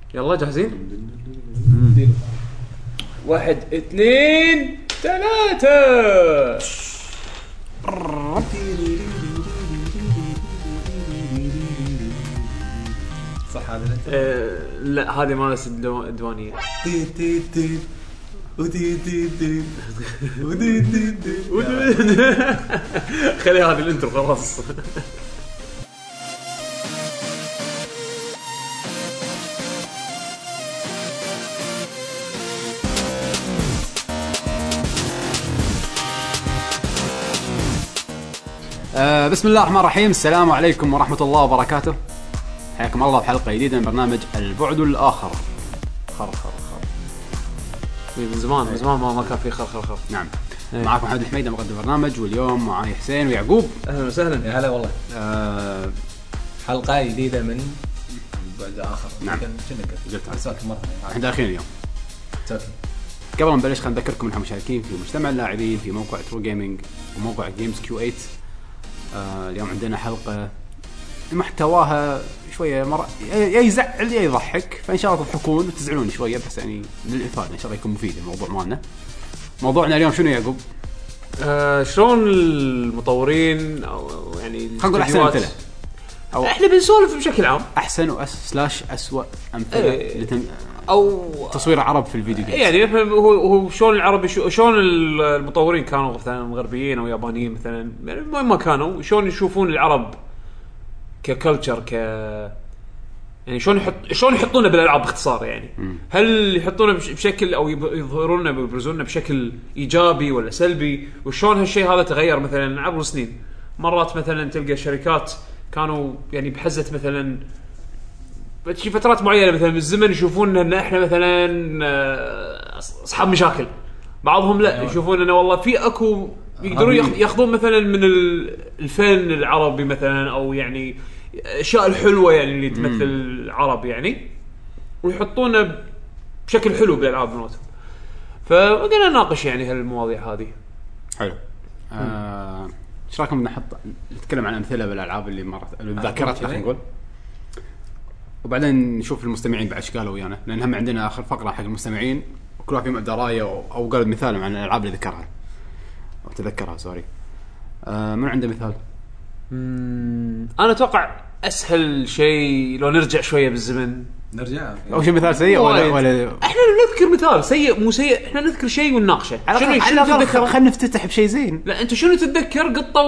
يلا جاهزين؟ 1 2 3 صح هذا لا هذه مالت الديوانية. خلي هذه الانترو خلاص. بسم الله الرحمن الرحيم. السلام عليكم ورحمة الله وبركاته. حياكم الله في حلقة جديدة من برنامج البعد الآخر. خر من زمان ما كان في خر. نعم. معكم محمد الحميدة مقدم البرنامج، واليوم معي حسين ويعقوب. أهلا وسهلا. يا هلا والله. حلقة جديدة من البعد الآخر. نعم. قلت مرة. احنا داخلين اليوم. قبل ما نبلش خلينا نذكركم انهم مشاركين في مجتمع اللاعبين في موقع ترو جيمنج وموقع جيمز كيو 8. اليوم عندنا حلقة محتواها شوية يزعل يضحك، فإن شاء الله تضحكون وتزعلون شوية، بس يعني للإفادة إن شاء الله يكون مفيد الموضوع مالنا. موضوعنا اليوم شنو يعقوب؟ شلون المطورين أو يعني خلينا نقول أحسن أمثلة، أو إحنا بنسولف بشكل عام أحسن سلاش أسوأ أمثلة أو تصوير عرب في الفيديو جيمز. يعني هو شلون العرب شلون المطورين كانوا مثلا غربيين أو يابانيين مثلا، يعني ما كانوا شلون يشوفون العرب ككلتشر يعني شلون يحطونه بالالعاب باختصار يعني. هل يحطونه بشكل او يظهرونه ويبرزونه بشكل ايجابي ولا سلبي، وشلون هالشيء هذا تغير مثلا عبر السنين. مرات مثلا تلقى شركات كانوا يعني بحزه مثلا في فترات معينه مثلا بالزمن يشوفون ان احنا مثلا اصحاب مشاكل، بعضهم لا يشوفون انه والله في اكو يقدرون ياخذون مثلا من الفن العربي مثلا، او يعني اشياء الحلوه يعني اللي تمثل العرب يعني، ويحطونه بشكل حلو بالالعاب مالتهم. فقلنا نناقش يعني هالمواضيع هذه. حلو. ايش رايكم نتكلم عن امثله بالالعاب اللي مرت الذاكره خلينا نقول، وبعدين نشوف المستمعين بعد ايش قالوا ويانا، لان هم عندنا اخر فقره حق المستمعين وكل واحد فيهم درايه او قال مثال عن الالعاب اللي ذكرها او تذكرها. سوري. من عنده مثال؟ انا اتوقع اسهل شيء لو نرجع شويه بالزمن. نرجع او شيء مثال سيء ولا احنا نذكر مثال سيء مو سيء، احنا نذكر شيء ونناقشه. شنو تتذكر؟ خلينا نفتتح بشيء زين. لا انت شنو تتذكر قطه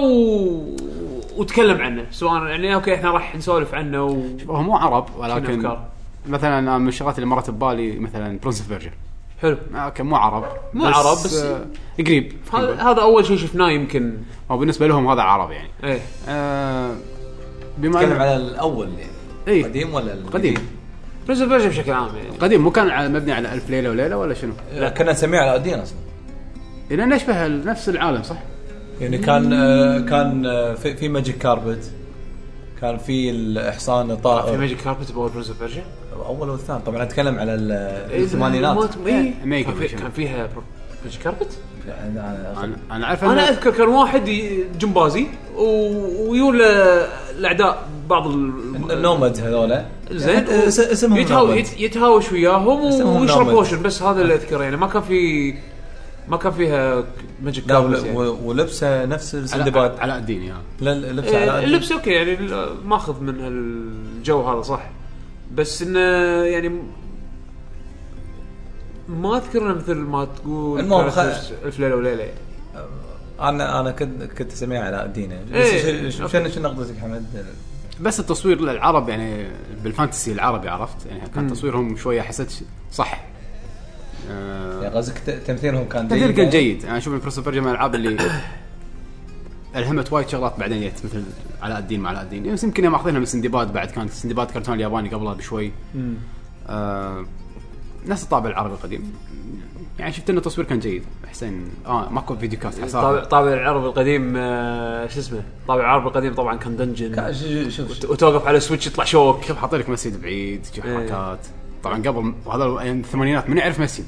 وتكلم عنه سواء يعني اوكي احنا راح نسولف عنه هو مو عرب ولكن مثلا من الشغلات اللي مرت ببالي مثلا برنس اوف بيرجيا. حلو. اوكي مو عرب بس قريب. هذا اول شيء شفناه يمكن، او بالنسبه لهم هذا عرب يعني. ايه. بما نتكلم على الاول يعني. إيه؟ قديم ولا قديم؟ برنس اوف بيرجيا بشكل عام يعني قديم. مو كان مبني على ألف ليلة وليلة ولا شنو؟ لا كنا نسميه على أدين أصلا. إذا نشبه نفس العالم صح؟ يعني كان في ماجيك كاربت، كان في الإحصان الطائر. في ماجيك كاربت بأول برنس اوف بيرجيا أول والثاني طبعا. نتكلم على الثمانينات. كان فيها ماجيك كاربت. أنا عارف. أنا أذكر كان واحد جمبازي ويقول الأعداء بعض النومد هذولا زين اسمهم يتهاوش وياهم ويشرب بوشن، بس هذا اللي أذكره يعني. ما كان فيها ماجيك كاربت يعني. ولبسه نفس السندباد على الدين يعني. لا لبسه على الدين. اللبس أوكي يعني ماخذ من الجو هذا صح، بس إنه يعني ما أذكرنا مثل ما تقول المهم ألف ليلة وليلة يعني. أنا كنت سميع على الدين إيه. شو نقطتك حمد؟ بس التصوير للعرب يعني بالفانتسي العربي عرفت يعني كان تصويرهم شوية حسيت صح. يعني قصدك تمثيلهم كان جيد. أنا أشوف برنس اوف بيرجيا من الألعاب اللي ألهمت وايد شغلات بعدين جت مثل علاء الدين مع علاء الدين. يعني يمكن ماخذينها من سندباد، بعد كانت سندباد كرتون الياباني قبلها بشوي. نفس الطابع العربي القديم يعني. شفت إنه التصوير كان جيد. حسين ماكو فيديو كاست طابع العربي القديم شو اسمه طابع العربي القديم طبعا كان دنجن وتوقف على سويتش يطلع شوك. شوف حاطين لك مسجد بعيد تجي حركات. طبعا قبل هذا يعني الثمانينات من يعرف مسجد.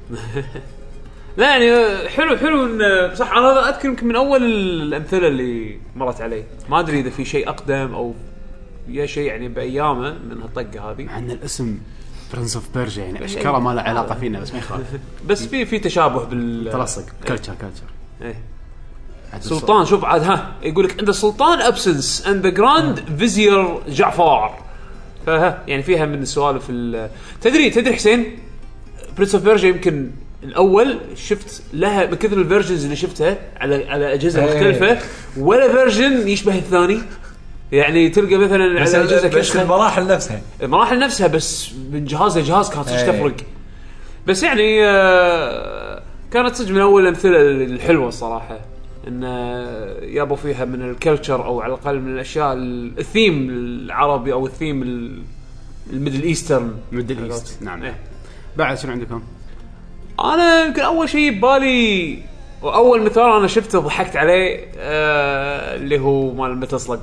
لا يعني حلو إن صح. أنا هذا أذكر يمكن من أول الأمثلة اللي مرت علي. ما أدري إذا في شيء أقدم أو يا شيء يعني بأيامه من هالطقة هذه. مع أن الاسم برنس اوف بيرجيا يعني اشكره ما له علاقه فينا بس ما يخالف. بس في تشابه بالتلصق كلتشر ايه. سلطان شوف عاد ها يقول لك عند السلطان ابسنس اند ذا جراند فيزير جعفر فها يعني فيها من السوالف تدري حسين برنس اوف بيرجيا يمكن الاول شفت لها من كثر الفيرجنز اللي شفتها على اجهزه مختلفه ولا فيرجن يشبه الثاني يعني تلقى مثلا على اجهزه كل المراحل نفسها بس من جهاز لجهاز كانت تفرق بس يعني كانت صدق من اول الامثله الحلوه الصراحه ان يابوا فيها من الكلتشر او على الاقل من الاشياء الثيم العربي او الثيم الميدل ايسترن ميدل ايست نعم بعد شنو عندكم؟ انا يمكن اول شيء ببالي واول مثال انا شفته ضحكت عليه اللي هو مال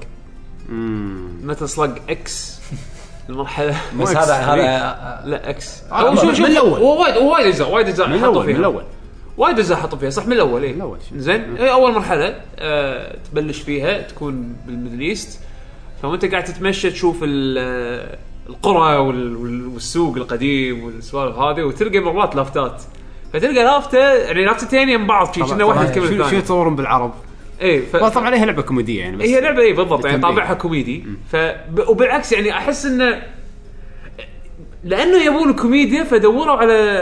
متل سلج اكس المرحله بس هذا لا اكس من الاول وايد اجزاء من الاول وايد اجزاء حطوا فيها صح من الاول ايه زين ايه اول مرحله تبلش فيها تكون بالميدل ايست فانت قاعد تتمشى تشوف القرى والسوق القديم والسوالف هذه وتلقى مرات لافتات فتلقى لافته يعني لافتتين يم بعض شيء كنا واحد كمل الثاني شو يتصورون بالعرب ايه طبعا عليها لعبه كوميديه يعني بس هي لعبه ايه بالضبط يعني طابعها كوميدي وبالعكس يعني احس انه لانه يبون الكوميديا فدوروا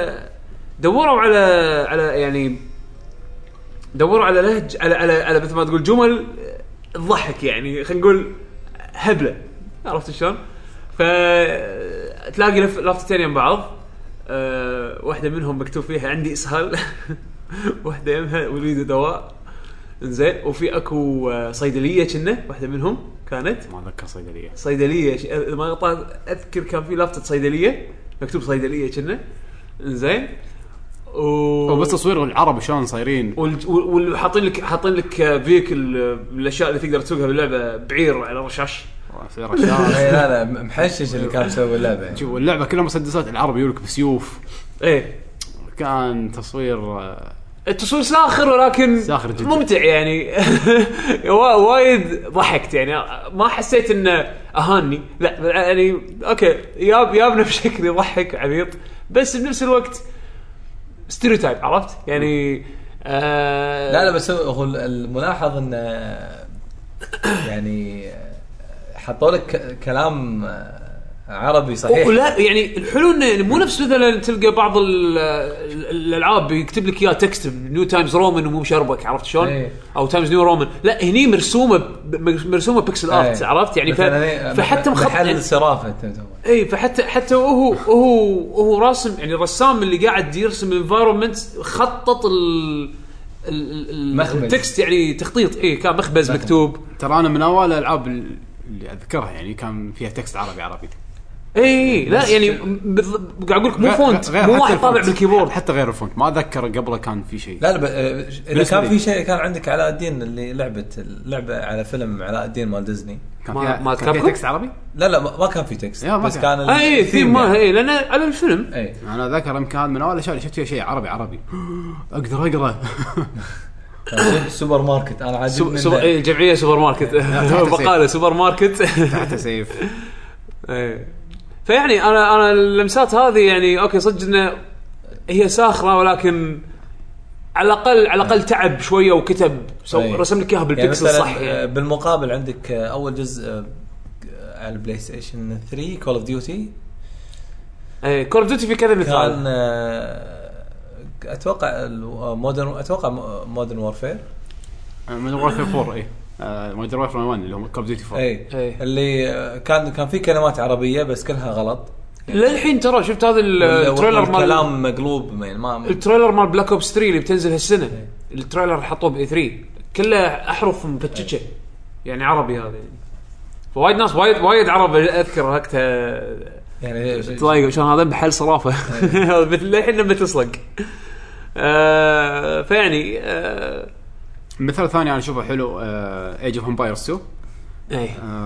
على يعني دوروا على لهج على مثل ما تقول جمل تضحك يعني خلينا نقول هبله عرفت شلون فتلاقي لافتتين يم بعض واحده منهم مكتوب فيها عندي اسهال واحده يمها اريد دواء زين وفي اكو صيدليه كنا واحده منهم كانت ما اتذكر صيدليه ما غلطان اذكر كان في لافته صيدليه مكتوب صيدليه كنا زين وبس تصوير العرب شلون صايرين وحاطين لك فيكل الاشياء اللي تقدر تسوقها باللعبه بعير على رشاش لا محشش اللي كان يسوي اللعبه شوف اللعبه كلها مسدسات العرب يقولك بسيوف ايه كان تصوير التصوير ساخر ولكن ممتع يعني وايد ضحكت يعني ما حسيت انه اهاني لا يعني اوكي يابنا بشكل يضحك عبيط بس بنفس الوقت ستيريوتايب عرفت يعني لا بس هو الملاحظ ان يعني حطوا لك كلام عربي صحيح ولا يعني الحلو انه مو نفس مثلا تلقى بعض الالعاب يكتب لك اياه تكست نيو تايمز رومان ومو مشربك عرفت شلون او تايمز نيو رومان لا هني مرسومه بيكسل ارت عرفت يعني فحتى محل الصرافه اي فحتى هو راسم يعني الرسام اللي قاعد يرسم الانفايرمنت خطط التكست يعني تخطيط كان مخبز مكتوب ترى انا من اول الالعاب اللي اذكرها يعني كان فيها تكست عربي اي لا يعني قاعد اقول لك مو فونت مو واحد طابع بالكيبورد حتى غير الفونت ما اذكر قبله كان في شيء لا اذا كان في شيء كان عندك علاء الدين اللي لعبه على فيلم علاء الدين مال ديزني كان فيها تكست عربي لا ما كان في تكست بس كان اي ثيم ما هي لان على الفيلم انا ذاكر يمكن من اول الاشياء اللي شفت فيها شيء عربي اقدر اقرا سوبر ماركت انا عاجبني الجمعيه سوبر ماركت بقاله سوبر ماركت تحت سيف فيعني انا اللمسات هذه يعني اوكي صدق انه هي ساخره ولكن على الاقل تعب شويه وكتب رسم لك اياها بالبيكسل يعني صح يعني. بالمقابل عندك اول جزء على البلاي ستيشن 3 كول اوف ديوتي كول اوف ديوتي في كذا مثال كان اتوقع مودرن وارفير 4 مودرن وارفير 1 اللي هو كول اوف ديوتي 4 اللي كان في كلمات عربيه بس كلها غلط للحين ترى شفت هذا التريلر مال كلام مقلوب التريلر مال بلاك اوبس 3 اللي بتنزل هالسنه التريلر حطوه ب 3 كله احرف مفتشه يعني عربي هذا يعني فوايد ناس وايد عرب اذكر وقتها يعني تلاقي شلون هذا بحل صرافه هذا للحين لما تسلق فيعني مثال ثاني انا اشوفه حلو ايج اوف امبايرز 2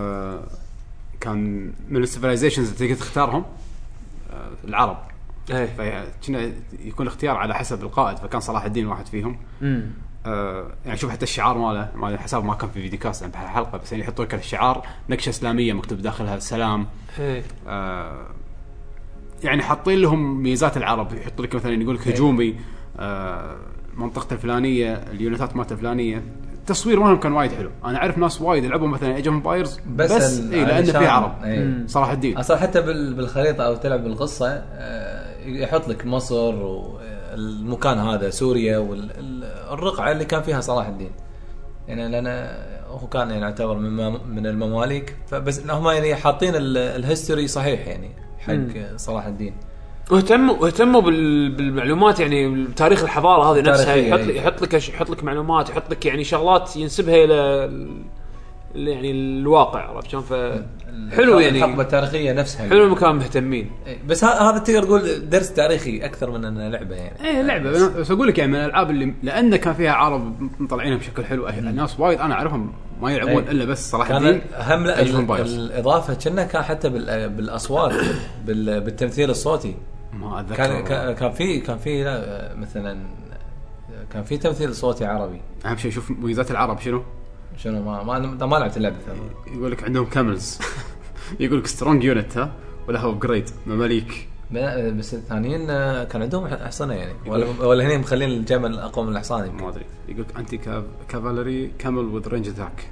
كان من السيفلايزيشنز اللي تقدر تختارهم العرب فكنا يكون اختيار على حسب القائد فكان صلاح الدين واحد فيهم يعني شوف حتى الشعار ماله مال الحساب ما كان في فيديو كاست بحلقه بس يعني يحطوا لك الشعار نكشه اسلاميه مكتوب داخلها السلام يعني حاطين لهم ميزات العرب، يحط لك مثلا يقول لك هجومي منطقة الفلانية اليونتات مالته الفلانية. التصوير مالهم كان وايد حلو. انا اعرف ناس وايد لعبوا مثلا ايج اوف امبايرز بس لان في عرب صراحة الدين اصلا حتى بالخريطة او تلعب بالقصة يحط لك مصر والمكان هذا سوريا والرقعة اللي كان فيها صلاح الدين يعني لأن هو كان يعني يعتبر من المماليك فبس هم يعني حاطين الهيستوري صحيح يعني حق صلاح الدين واهتموا بالمعلومات يعني تاريخ الحضاره هذه نفسها يحط لك معلومات يحط لك يعني شغلات ينسبها الى يعني الواقع عرفت شلون حلو يعني الحقبه التاريخيه نفسها حلو المكان مهتمين بس هذا تقدر تقول درس تاريخي اكثر من انه لعبه يعني لعبه بس اقول لك يعني من الالعاب اللي لان كان فيها عرب مطلعينها بشكل حلو الناس وايد انا اعرفهم ما يلعبون الا بس صلاح الدين اهم الاضافه كنا كان حتى بالاصوات بالتمثيل الصوتي ما اتذكر كان في مثلا كان في تمثيل صوتي عربي. اهم شيء شوف مميزات العرب شنو ما لعبت اللعبه يقول لك عندهم كاملز يقول لك سترونج يونت ولا هو ابجريد مماليك بس الثانيين كان عندهم حصنه يعني ولا هني مخلين الجمل اقوى من الحصان ما ادري يقول لك انتي كافالري كامل وذ رينج اتاك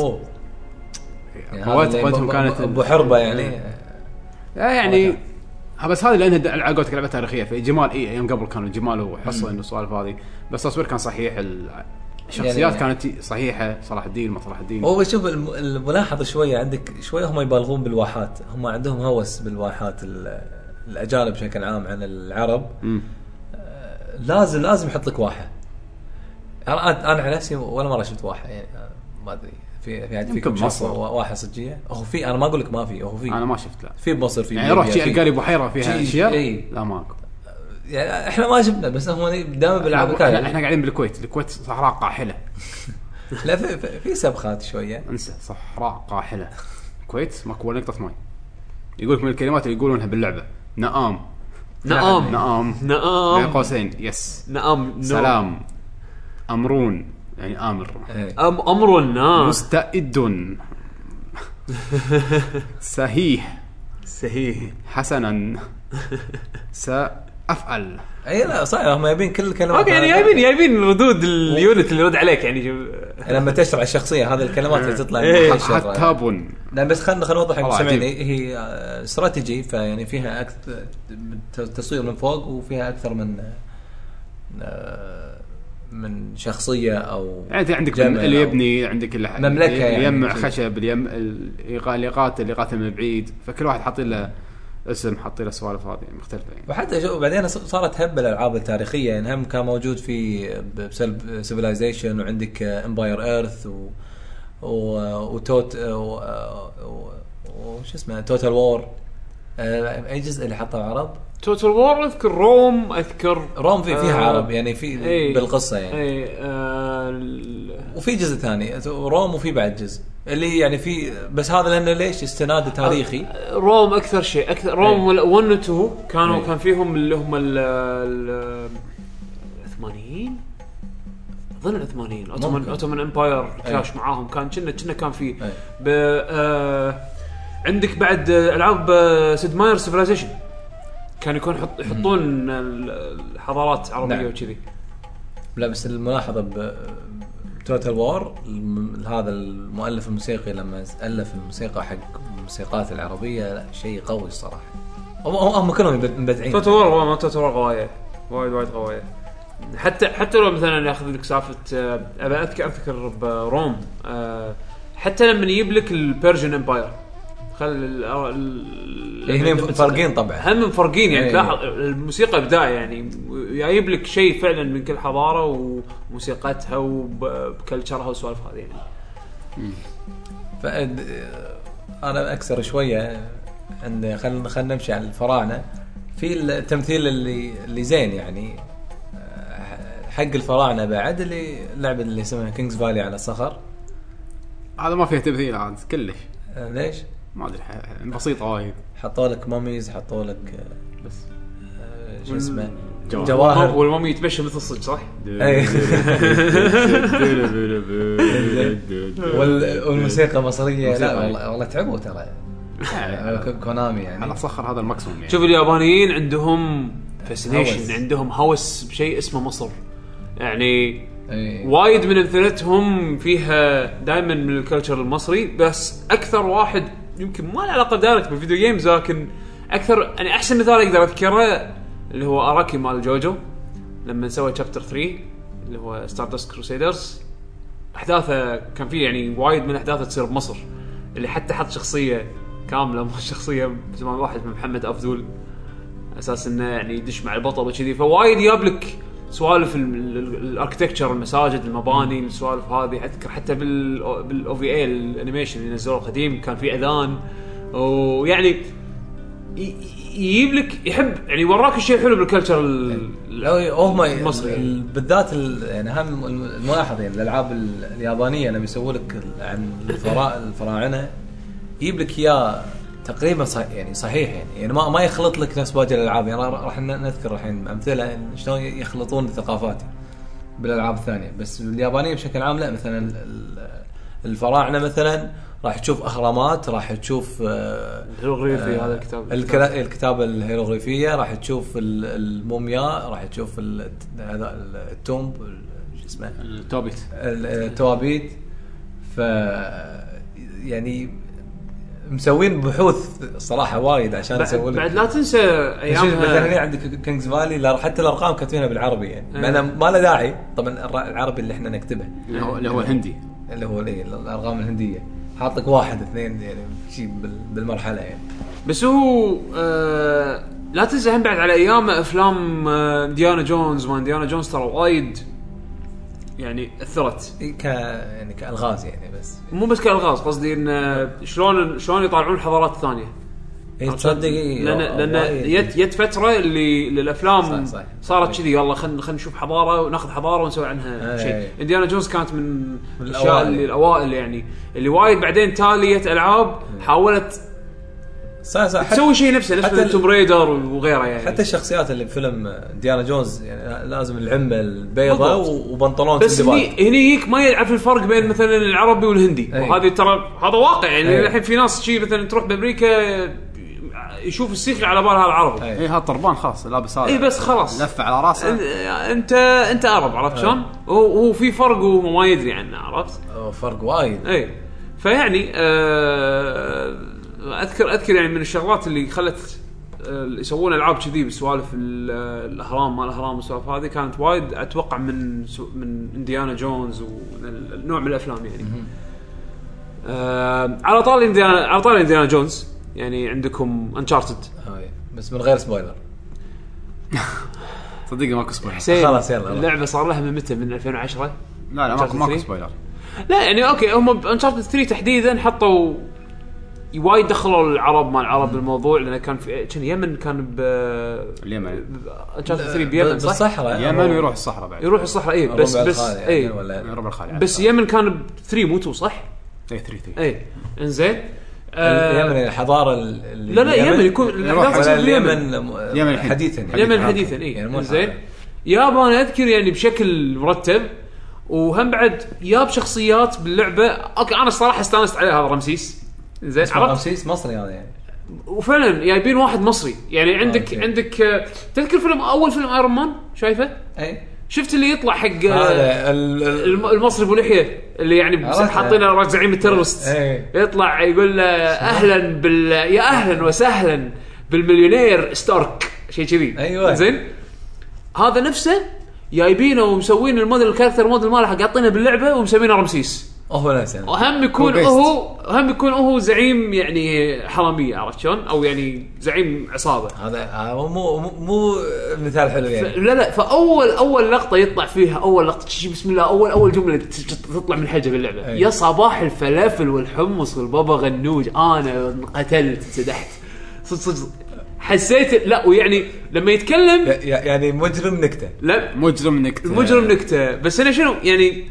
قوتهم كانت ابو حربه يعني بس هذه لانها العقود لعبه تاريخيه في جمال ايام قبل كانوا الجمال وحصن والسوالف هذه بس التصوير كان صحيح الشخصيات يعني كانت صحيحه صلاح الدين ما صلاح الدين هو شوف الملاحظه شويه عندك شويه هم يبالغون بالواحات هم عندهم هوس بالواحات الاجانب بشكل عام عن العرب لازم يحط لك واحه انا على نفسي ولا مره شفت واحه يعني ما ادري في عندي فيكم واحه صجيه هو في انا ما اقول لك ما في هو في انا ما شفت لا في بمصر في يعني روح شيء القاري بحيره فيها اشياء لا ماكو يعني احنا ما شفنا بس هم دائما بالعاب احنا قاعدين بالكويت صحراء قاحله لا في سبخات شويه انسى صحراء قاحله الكويت ماكو ولا نقطه ماي يقول لك من الكلمات اللي يقولونها باللعبه نعم بين قوسين يس نعم سلام امرون يعني امر امر مستعد صحيح حسنا سأفعل اي لا صحيح هم يبين كل الكلمات يعني يبين ردود اليونت اللي يرد عليك يعني لما تشرح الشخصيه هذه الكلمات اللي تطلع حتى لا بس خلينا نوضح للمستمعين هي استراتيجي فيعني فيها اكثر تصوير من فوق وفيها اكثر من شخصيه او يعني عندك اللي يبني عندك مملكه يعني يجمع خشب الليقات من بعيد فكل واحد حاطين له اسم حاطين له سوالف هذه مختلفه يعني. وحتى بعدين صارت هبه الالعاب التاريخيه يعني هم كان موجود في سيفلايزيشن وعندك امباير ايرث وتوت وش اسمه توتال وور اي جزء اللي حطوا عرب توتال وور اذكر روم فيها عرب يعني في بالقصه يعني وفي جزء ثاني روم وفي بعد جزء اللي يعني في بس هذا لانه ليش استناد تاريخي روم اكثر شيء اكثر روم 1 و 2 كان فيهم اللي هم العثمانيين اظن العثمانيين اوتومان امباير كلاش معاهم كنا كان في عندك بعد العاب سيد ماير سيفلايزيشن كانوا يحطون الحضارات عربيه وكذي لا بس الملاحظه توتال وور هذا المؤلف الموسيقي لما ألف الموسيقى حق الموسيقات العربية لا شيء قوي الصراحة هم كلهم مبدعين توتال وور ما توتال وور قوية وايد قوية حتى لو مثلا ياخذ لك سالفة أبى أذكر بروم حتى لما يجيب لك البيرجن امباير هنا فرقين طبعا هم فرقين يعني تلاحظ الموسيقى إبداع يعني يجيب لك شيء فعلا من كل حضارة وموسيقتها وبكلتشرها والسوالف هذه يعني أنا أكثر شوية عند خلنا نمشي على الفراعنة في التمثيل اللي زين يعني حق الفراعنة بعد اللي لعبة اللي اسمها كينجز فالي على الصخر هذا ما فيه تمثيل عاد كلش ليش ما ادري بسيطه وايد حطوا لك ماميز حطوا لك بس شو اسمه جواهر والمامي يتمشى مثل الصج صح والموسيقى مصريه لا والله تعبوا ترى كونامي يعني على صخر هذا الماكسيموم يعني. شوف اليابانيين عندهم فاسينيشن، عندهم هوس بشيء اسمه مصر يعني. وايد من امثلتهم فيها دائما من الكلتشر المصري، بس اكثر واحد يمكن ما له علاقه دايركت بالفيديو جيمز، لكن اكثر يعني احسن مثال اقدر اذكره اللي هو اراكي مال جوجو لما سوى شابتر 3 اللي هو ستاردست كروسيدرز. احداثه كان فيه يعني وايد من احداثه تصير بمصر، اللي حتى حط شخصيه كامله، مو شخصيه زمان واحد من محمد افذول اساس انه يعني يدش مع البطل وكذي. فوايد يابلك سوالف الاركتكتشر، المساجد، المباني، السوالف هذه. اذكر حتى بالاو في اي الانيميشن اللي نزلوه القديم كان في اذان، ويعني يجيب لك يحب يعني وراك الشيء حلو بالكلتشر المصري بالذات. يعني اهم الملاحظه يعني الالعاب اليابانيه لما يسووا لك عن الفراعنه يجيب لك اياه تقريبا يعني صحيح يعني ما يخلط لك نفس باقي الالعاب. يعني راح نذكر الحين امثله شلون يخلطون الثقافات بالالعاب الثانيه، بس اليابانيه بشكل عام لا. مثلا الفراعنه مثلا راح تشوف اهرامات، راح تشوف الهيروغليفي، هذا الكتابه الهيروغليفيه، راح تشوف المومياء، راح تشوف هذا التومب شو اسمه التوابيت. ف يعني مسوين بحوث صراحه وايد عشان يسووا لك. بعد لا تنسى ايامها مثلا عندك كينجز فالي حتى الارقام كاتبينها بالعربي يعني انا ما له داعي طبعا العربي اللي احنا نكتبه اللي هو الهندي، اللي هو الارقام الهنديه حاط لك 1 2 يعني شيء بالمرحله يعني. بس هو لا تنسى هم بعد على ايام افلام ديانا جونز. ما ديانا جونز ترى وايد يعني اثرت يعني كالغاز يعني، بس مو بس كالغاز، قصدي ان شلون يطالعون الحضارات الثانيه. تصدق لان يت فتره اللي للافلام صح. صارت كذي يلا خلينا نشوف حضاره وناخذ حضاره ونسوي عنها شيء. انديانا جونز كانت من الاشياء اللي الاوائل يعني اللي وايد بعدين تاليه العاب حاولت صح تسوي شيء نفسه توم ريدر وغيره يعني. حتى الشخصيات اللي بفيلم ديانا جونز يعني لازم العمه البيضاء وبنطلون بس هنيك ما يعرف الفرق بين مثلا العربي والهندي. وهذه ترى هذا واقع يعني. الحين في ناس شيء مثلا تروح بامريكا يشوف السيخي على بالها العربي هذا طربان خاص لابس هذا بس خلاص لف على راسه انت عرب، عرفت شلون؟ وهو في فرق وهو ما يدري عنه، عرفت؟ فرق وايد. فيعني اذكر يعني من الشغلات اللي خلت يسوون العاب كذي بسوالف الاهرام ما الاهرام والسوالف هذه كانت وايد اتوقع من انديانا جونز والنوع من الافلام يعني. على طاري انديانا جونز يعني عندكم انشارتد بس من غير سبويلر. صدقني ماكو سبويلر خلاص يلا. اللعبه صار لها من متى؟ من 2010. لا ماكو سبويلر. لا يعني اوكي هم انشارتد 3 تحديدا حطوا وايد دخلوا العرب مع العرب بالموضوع، لأن كان في يمن كان اليمن انشارتد 3 بيمن بالصحراء يمن ويروح الصحراء بعد يروح الصحراء بس ربع الخالي بس يمن كان 3 مو 2 صح؟ 3 انزين اليمن الحضاره لا يمن يكون اليمن حديثا يعني زين. يابان اذكر يعني بشكل مرتب، وهم بعد ياب شخصيات باللعبه. اوكي انا الصراحه استانست عليه هذا رمسيس. زين رمسيس مصري هذا يعني، وفعلا جايبين واحد مصري يعني. عندك تذكر اول فيلم ايرون مان شايفه؟ شفت اللي يطلع حق المصري ابو لحيه اللي يعني حاطينه راس زعيم التيرورست، يطلع يقول اهلا يا اهلا وسهلا بالمليونير ستارك شيء كذي. زين هذا نفسه جايبينه ومسوين الموديل الكاركتر موديل ماله حق حاطينه باللعبه ومسمينه رمسيس. وهم يكون هو زعيم يعني حراميه، عرفت شلون؟ او يعني زعيم عصابه. هذا مو مثال حلو يعني. لا فاول لقطه يطلع فيها، اول لقطه بسم الله، اول جمله تطلع من حاجه باللعبه يا صباح الفلافل والحمص والبابا غنوج. انا قتلت سدحت صدق حسيت. لا ويعني لما يتكلم يعني مجرم نكته. لا مجرم نكته بس انا شنو يعني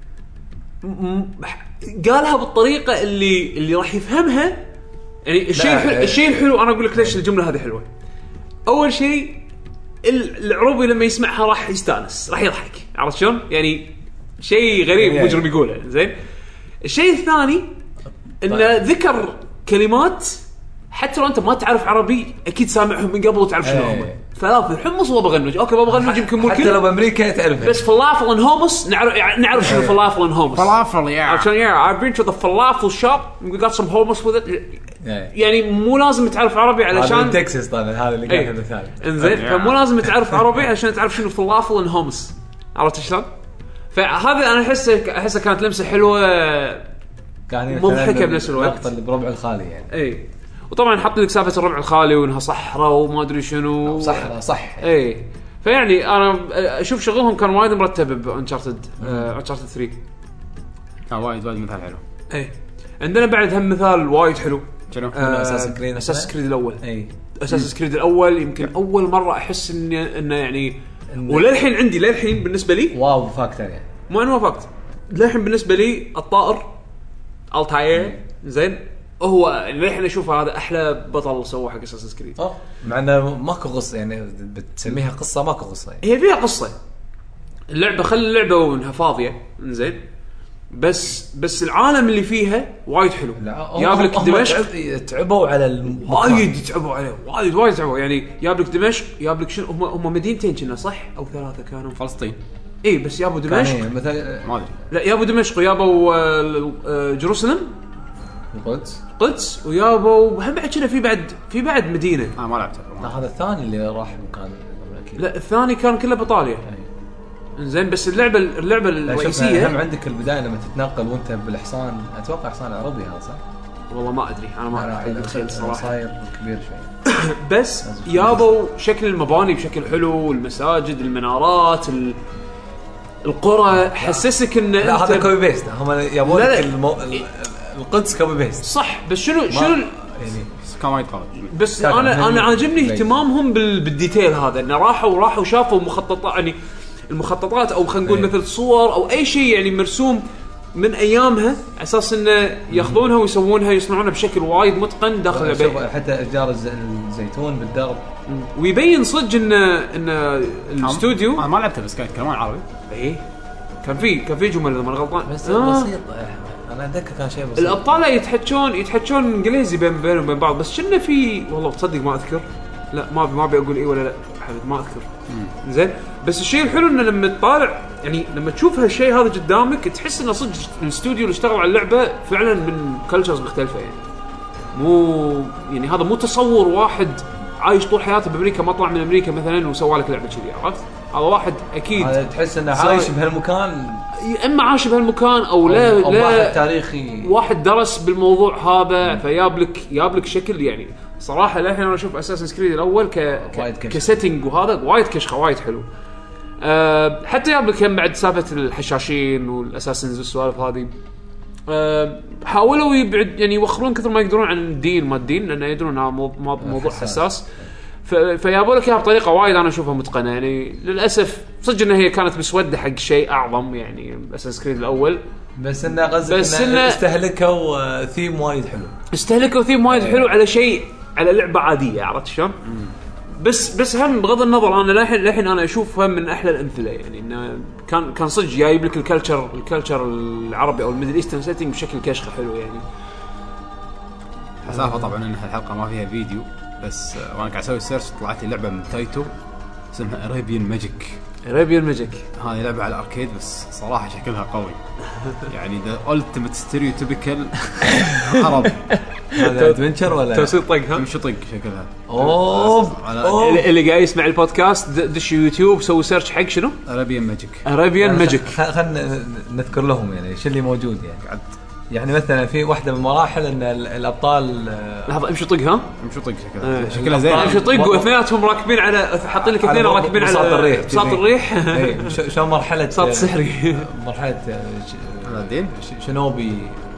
قالها بالطريقه اللي راح يفهمها يعني. الشيء الحلو انا اقول لك ليش الجمله هذه حلوه. اول شيء العروبي لما يسمعها راح يستانس، راح يضحك، عرفت شلون يعني؟ شيء غريب مجرم يقوله. زين الشيء الثاني انه ذكر كلمات حتى لو انت ما تعرف عربي اكيد سامعهم من قبل وتعرف شنو هم. فلافل حمص وبابا غنوج. اوكي بابا غنوج يمكن ممكن حتى لو بامريكا تعرفها، بس فلافل ان هومس نعرف شنو فلافل ان هومس. فلافل عشان I've been to the falafel shop we got some hummus with it. يعني مو لازم تعرف عربي علشان تكساس طبعا هذا اللي قاعد المثال. انزين فمو لازم تعرف عربي عشان تعرف شنو فلافل ان هومس. عرفت شلون؟ فهذا انا احسه كانت لمسه حلوه يعني مضحكه بنفس الوقت. اللقطه اللي بربع الخالي يعني. اي وطبعا حط لك سالفه الربع الخالي وانها صحراء وما ادري شنو. صحراء صح. اي فيعني انا اشوف شغلهم كان وايد مرتب بانشارتد 3. وايد مثال حلو. اي عندنا بعد هم مثال وايد حلو. شنو؟ اساس كريد الاول. اي اساس كريد الاول يمكن اول مره احس انه يعني وللحين عندي للحين بالنسبه لي واو فاكتور يعني مو انه فاكت للحين بالنسبه لي الطائر التاير زين هو للحين اشوفه هذا احلى بطل سوى حق اساس كريد. مع انه ماكو قصه يعني بتسميها قصه ماكو قصه يعني. هي فيها قصه اللعبه خلي اللعبه وانها فاضيه زين بس العالم اللي فيها وايد حلو. يابلك دمشق تعبوا على وايد تعبوا عليه وايد تعبوا يعني يابلك دمشق يابلك شنو هم مدينتين كنا صح او 3 كانوا فلسطين. اي بس يابو دمشق مثلا ما ادري لا يابو دمشق ويابو جيروسلم القدس ويابو هم بعد كنا في بعد مدينه ما لعبته. هذا الثاني اللي راح مكان لا الثاني كان كله بايطاليا. زين بس اللعبه الرئيسيه هم عندك البدايه لما تتنقل وانت بالحصان اتوقع حصان عربي هذا صح والله ما ادري انا ما اتخيل صراحه صاير كبير شوي بس يابو شكل المباني بشكل حلو المساجد المنارات القرى حسسك ان لا هذا كوبي بيست هم يابونك القدس كوبي بيست صح بس شنو يعني كان وايد قوي بس انا عاجبني اهتمامهم بالديتيل هذا انه راحوا شافوا مخططات يعني المخططات او خلينا نقول مثل صور او اي شيء يعني مرسوم من ايامها على اساس انه ياخذونها ويسوونها يصنعونها بشكل وايد متقن داخل البيت. حتى اشجار الزيتون بالدرب ويبين صدق ان الاستوديو انا ما لعبته بس كان كمان عربي. اي كان في جمل اذا ما غلطان بس بسيط. انا اتذكر كان شيء بسيط. الابطال يتحكون انجليزي بينهم وبين بعض بس كنا في والله تصدق ما اذكر لا ما ابي اقول اي ولا لا حبيت ما اذكر. زين بس الشيء الحلو انه لما تطالع يعني لما تشوف هالشيء هذا قدامك تحس انه صدق الاستوديو اللي اشتغل على اللعبه فعلا من كلتشرز مختلفه يعني مو يعني هذا مو تصور واحد عايش طول حياته بامريكا ما طلع من امريكا مثلا وسوى لك لعبه كذي عرفت. هذا واحد اكيد هذا تحس انه عايش بهالمكان اما عاش بهالمكان او لا واحد تاريخي واحد درس بالموضوع هذا فيابلك شكل يعني صراحه الحين انا اشوف اساسن كريد الاول كسيتنج وهذا وايد كشخه وايد حلو. حتى يابلك هم بعد سالفه الحشاشين والاساسنز والسوالف هذه حاولوا يبعد يعني يوخرون كثر ما يقدرون عن الدين ما الدين لانه يدرون انها موضوع حساس فيابوا لك اياها بطريقه وايد انا اشوفها متقنه يعني للاسف صدق انها هي كانت مسوده حق شيء اعظم يعني اساسن كريد الاول بس انه قصدك انه استهلكوا ثيم وايد حلو على شيء على لعبه عاديه عرفت شلون. بس هم بغض النظر انا للحين انا اشوفها من احلى الامثله يعني انه كان صدق جايب لك الكلتشر العربي او الميدل ايسترن سيتنج بشكل كشخه حلو يعني. حسافه طبعا ان الحلقه ما فيها فيديو بس وانا قاعد اسوي سيرش طلعت لي لعبه من تايتو اسمها ارابيان ماجيك. هذه لعبه على الاركيد بس صراحه شكلها قوي يعني ذا التيمت ستيريوتيبيكال عرب. هذا ادفنتشر ولا توصيل طقها مش طق شكلها. اللي قاعد يسمع البودكاست دش يوتيوب سوي سيرش حق شنو ارابيان ماجيك. خلنا نذكر لهم يعني شو اللي موجود يعني مثلا في واحدة من مراحل ان الابطال لحظه امشي طقها شكلها زين امشي طق واثنيناتهم راكبين على حاطين لك اثنين راكبين على بساط الريح شو مرحله صوت سحري مرحله الدين شنوبي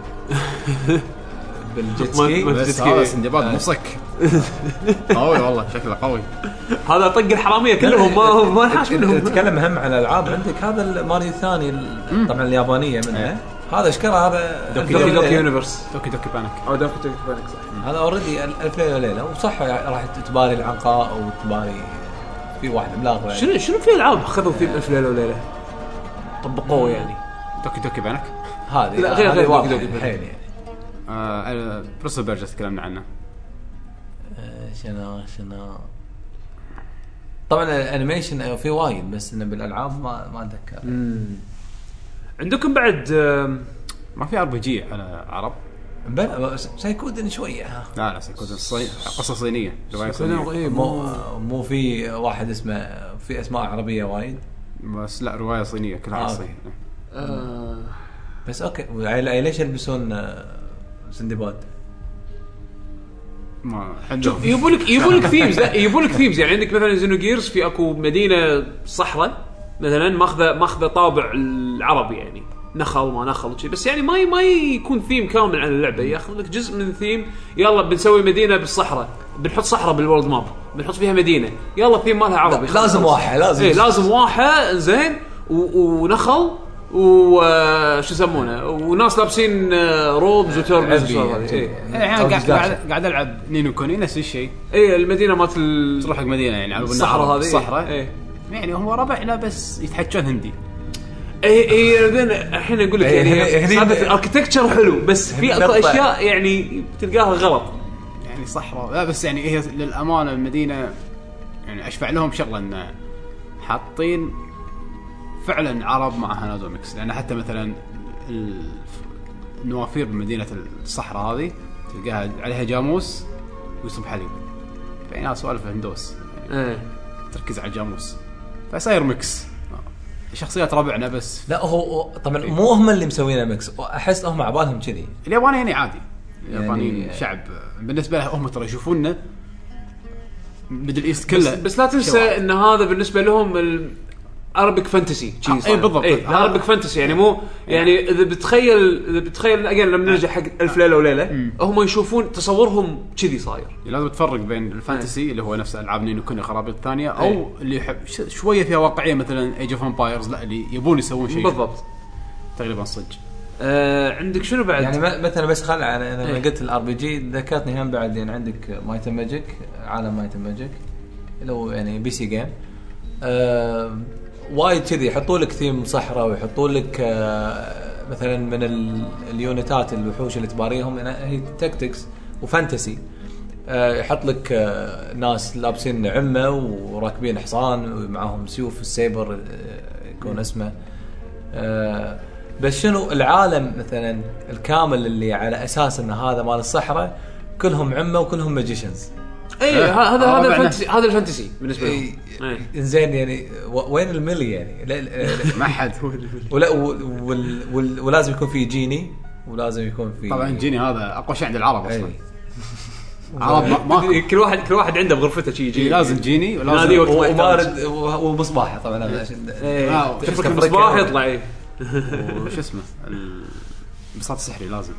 بالجيت سكي بس هذا سندباد مصك قوي والله شكله قوي. هذا طق الحراميه كلهم ما نحاش منهم. نتكلم هم على الالعاب عندك هذا الماريو الثاني طبعا اليابانيه منها هذا اشكره هذا دوكي يونيفرس دوكي بانك او دوكي بانك صح. هذا اوريدي الف ليله وليله وصح راح تباري العنقاء او تباري في واحد ملاغ شنو في العاب خذوا في الف ليله وليله طبقوه يعني دوكي بانك هذه لا غير دوكي الحين يعني بريسل بيرج تكلمنا عنه شنو طبعا الانيميشن في وايد بس انه بالالعاب ما اتذكر. عندكم بعد ما في RPG على عرب؟ بلا سايكودن شويه. لا سايكودن قصة صينية، رواية صينية. مو في واحد اسمه في اسماء عربيه وايد بس لا رواية صينية كلها صينية. بس اوكي ليش يلبسون سندباد؟ ما شوف يبونك ثيمز، لا يبونك ثيمز. يعني عندك مثلا زينوجيرز في اكو مدينه صحراء مثلا ماخذه طابع العربي، يعني نخل ما نخل وشي، بس يعني ما يكون ثيم كامل عن اللعبه، ياخذ لك جزء من الثيم. يلا بنسوي مدينه بالصحراء، بنحط صحراء بالورلد ماب، بنحط فيها مدينه، يلا الثيم مالها عربي. لازم واحه لازم واحه زين ونخل وشو يسمونه وناس لابسين روبز وتوربز قاعد العب نينو كوني نفس الشيء. المدينه مالت تروح حق مدينه يعني على الصحراء هذه الصحراء يعني هم ربعنا بس يتحكون هندي. الحين اقول لك يعني هذا الاركتكتشر حلو بس في اشياء يعني تلقاها غلط يعني صحراء. لا بس يعني هي للامانه المدينه يعني اشفع لهم شغله ان حاطين فعلا عرب مع هنادو ميكس، لان حتى مثلا النوافير بمدينه الصحراء هذه تلقاها عليها جاموس ويصب حليب، فينا سوالف هندوس يعني تركز على الجاموس فصاير ميكس. شخصيات ربعنا بس لا هو طبعا مو هم اللي مسوينه ميكس، احس هم عبالهم كذي. اليابانيين يعني عادي، اليابانيين يعني شعب بالنسبه لهم هم ترى يشوفوننا ميدل ايست كله. بس لا تنسى ان هذا بالنسبه لهم اربك فانتسي اي بالضبط. اربك فانتسي يعني مو يعني اذا بتخيل اجل لما نرجع حق الف ليله وليله هم يشوفون تصورهم كذي صاير. لازم تفرق بين الفانتسي اللي هو نفس العاب نينو كوني خرابيط الثانيه او اللي يحب شويه فيها واقعيه مثلا ايج اوف امبايرز، لا اللي يبون يسوون شيء بالضبط تقريبا صدق. عندك شنو بعد يعني مثلا بس خل انا قلت الار بي جي ذكرتني هم بعد يعني عندك مايت ماجيك، عالم مايت ماجيك اللي هو يعني بي سي جيم وايد كذي يحطوا لك ثيم صحراء ويحطوا لك مثلا من اليونتات الوحوش اللي تباريهم هي تكتكس وفانتسي. يحط لك ناس لابسين عمة وراكبين حصان ومعهم سيوف السيبر يكون اسمه بس شنو العالم مثلا الكامل اللي على اساس ان هذا مال الصحراء كلهم عمة وكلهم ماجيشنز. هذا الفانتسي، هذا الفانتسي بالنسبه لي زين. يعني وين الملي يعني ما حد ولا ولازم يكون في جيني ولازم يكون في طبعا جيني هذا اقوى شيء عند العرب اصلا. عرب ما كل واحد عنده بغرفته شيء جيني، لازم جيني ولازم ومارد ومصباح طبعا هذا شوف المصباح يطلع وش اسمه البساط السحري لازم.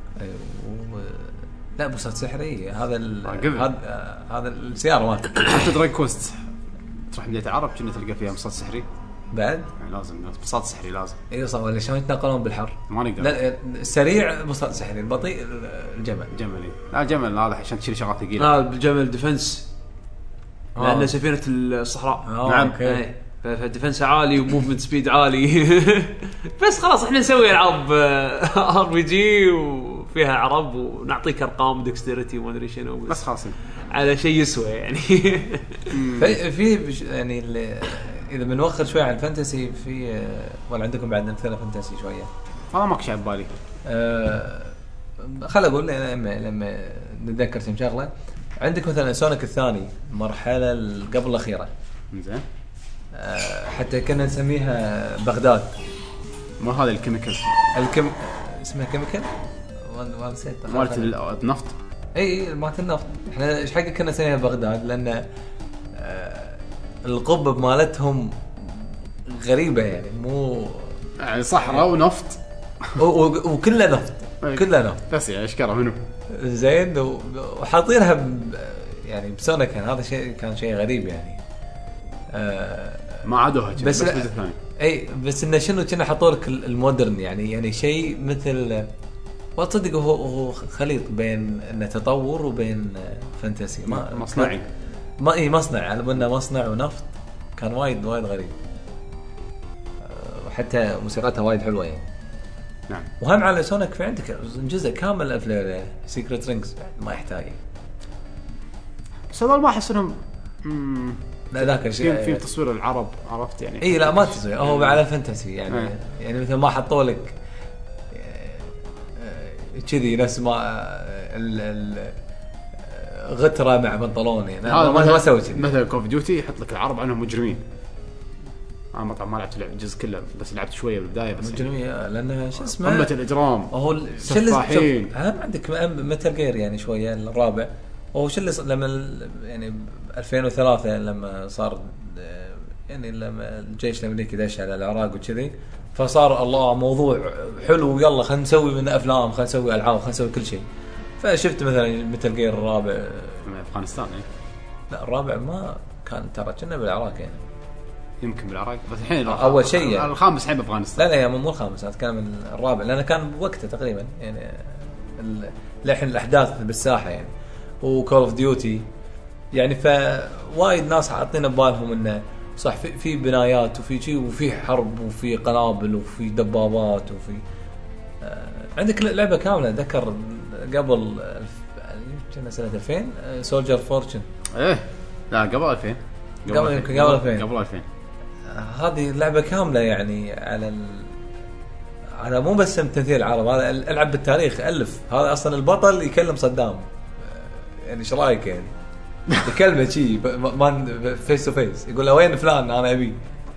لا بساط سحري هذا هذا السياره مالك. حتى دراج كوست تروح مدينه العرب كنا تلقى فيها بساط سحري بعد يعني لازم بساط سحري لازم. اي صح ولا شلون يتنقلون بالحر ما نقدر. لا السريع بساط سحري، البطيء الجمل. لا الجمل هذا عشان تشيل شغلات ثقيله. الجمل ديفنس لأن سفينه الصحراء. نعم فالديفنس عالي وموفمنت سبيد عالي. بس خلاص احنا نسوي العاب ار بي جي وفيها عرب ونعطيك ارقام ديكستيريتي وما ادري شنو بس خلاص على شيء يسوى يعني. في يعني اذا بنوخر شوي عن الفانتسي في ولا عندكم بعد امثله فانتسي شويه؟ والله ماكو شيء ببالي. خل اقول لما نتذكر كم شغله. عندك مثلا سونيك الثاني مرحله قبل الاخيره زين حتى كنا نسميها بغداد. ما هذا الكيميكال اسمها كيميكال ولا نسيت مالت النفط. اي مالت النفط. احنا ايش حق كنا نسميها بغداد لان القبه مالتهم غريبه يعني مو يعني صحراء ونفط وكله نفط كله نفط بس يا اشكره منو زين وحاطينها يعني بسونيك كان هذا شيء كان شيء غريب يعني ما عادوها بس ثاني. اي بس انه شنو كنا حطوا لك المودرن يعني شيء مثل وتصدق هو خليط بين انه تطور وبين فانتسي مصنعي ما مصنع على بالنا مصنع ونفط كان وايد غريب وحتى موسيقتها وايد حلوه يعني. نعم وهم على سونيك في عندك جزء كامل افلام سيكريت رينجز ما يحتاج. بس هذول ما احس انهم لا ذاك الشيء في تصوير العرب عرفت يعني. اي لا ما تصوير هو على فانتسي يعني يعني مثل ما حطوا لك كذي نفس ما غتره مع بنطلون يعني ما سوي كذي. مثلا كوف ديوتي يحط لك العرب عنهم مجرمين. انا مطعم ما لعبت الجزء كله بس لعبت شويه بالبدايه بس مجرمين لانه شو اسمه قمه الاجرام هو سفاحين. اهم عندك متل جير يعني شويه الرابع وهو شو اللي لما يعني 2003 لما صار يعني لما الجيش الامريكي دش على العراق وكذي فصار الله موضوع حلو يلا خلينا نسوي من افلام خلينا نسوي العاب خلينا نسوي كل شيء. فشفت مثلا متل جير الرابع من افغانستان لا الرابع ما كان ترى كنا بالعراق يعني يمكن بالعراق بس الحين اول شيء يعني الخامس الحين بافغانستان. لا مو الخامس اتكلم الرابع لانه كان بوقته تقريبا يعني لحن الاحداث بالساحه يعني وكول اوف ديوتي يعني فوايد ناس حاطين ببالهم انه صح في بنايات وفي شيء وفي حرب وفي قنابل وفي دبابات وفي عندك لعبه كامله ذكر قبل كنا سنه 2000 سولجر فورتشن لا قبل 2000 قبل 2000 هذه لعبه كامله يعني على مو بس تمثيل العرب هذا العب بالتاريخ الف هذا اصلا البطل يكلم صدام يعني ايش رايك يعني بكلمه شيء ما فيس تو فيس يقول له وين فلان انا ابي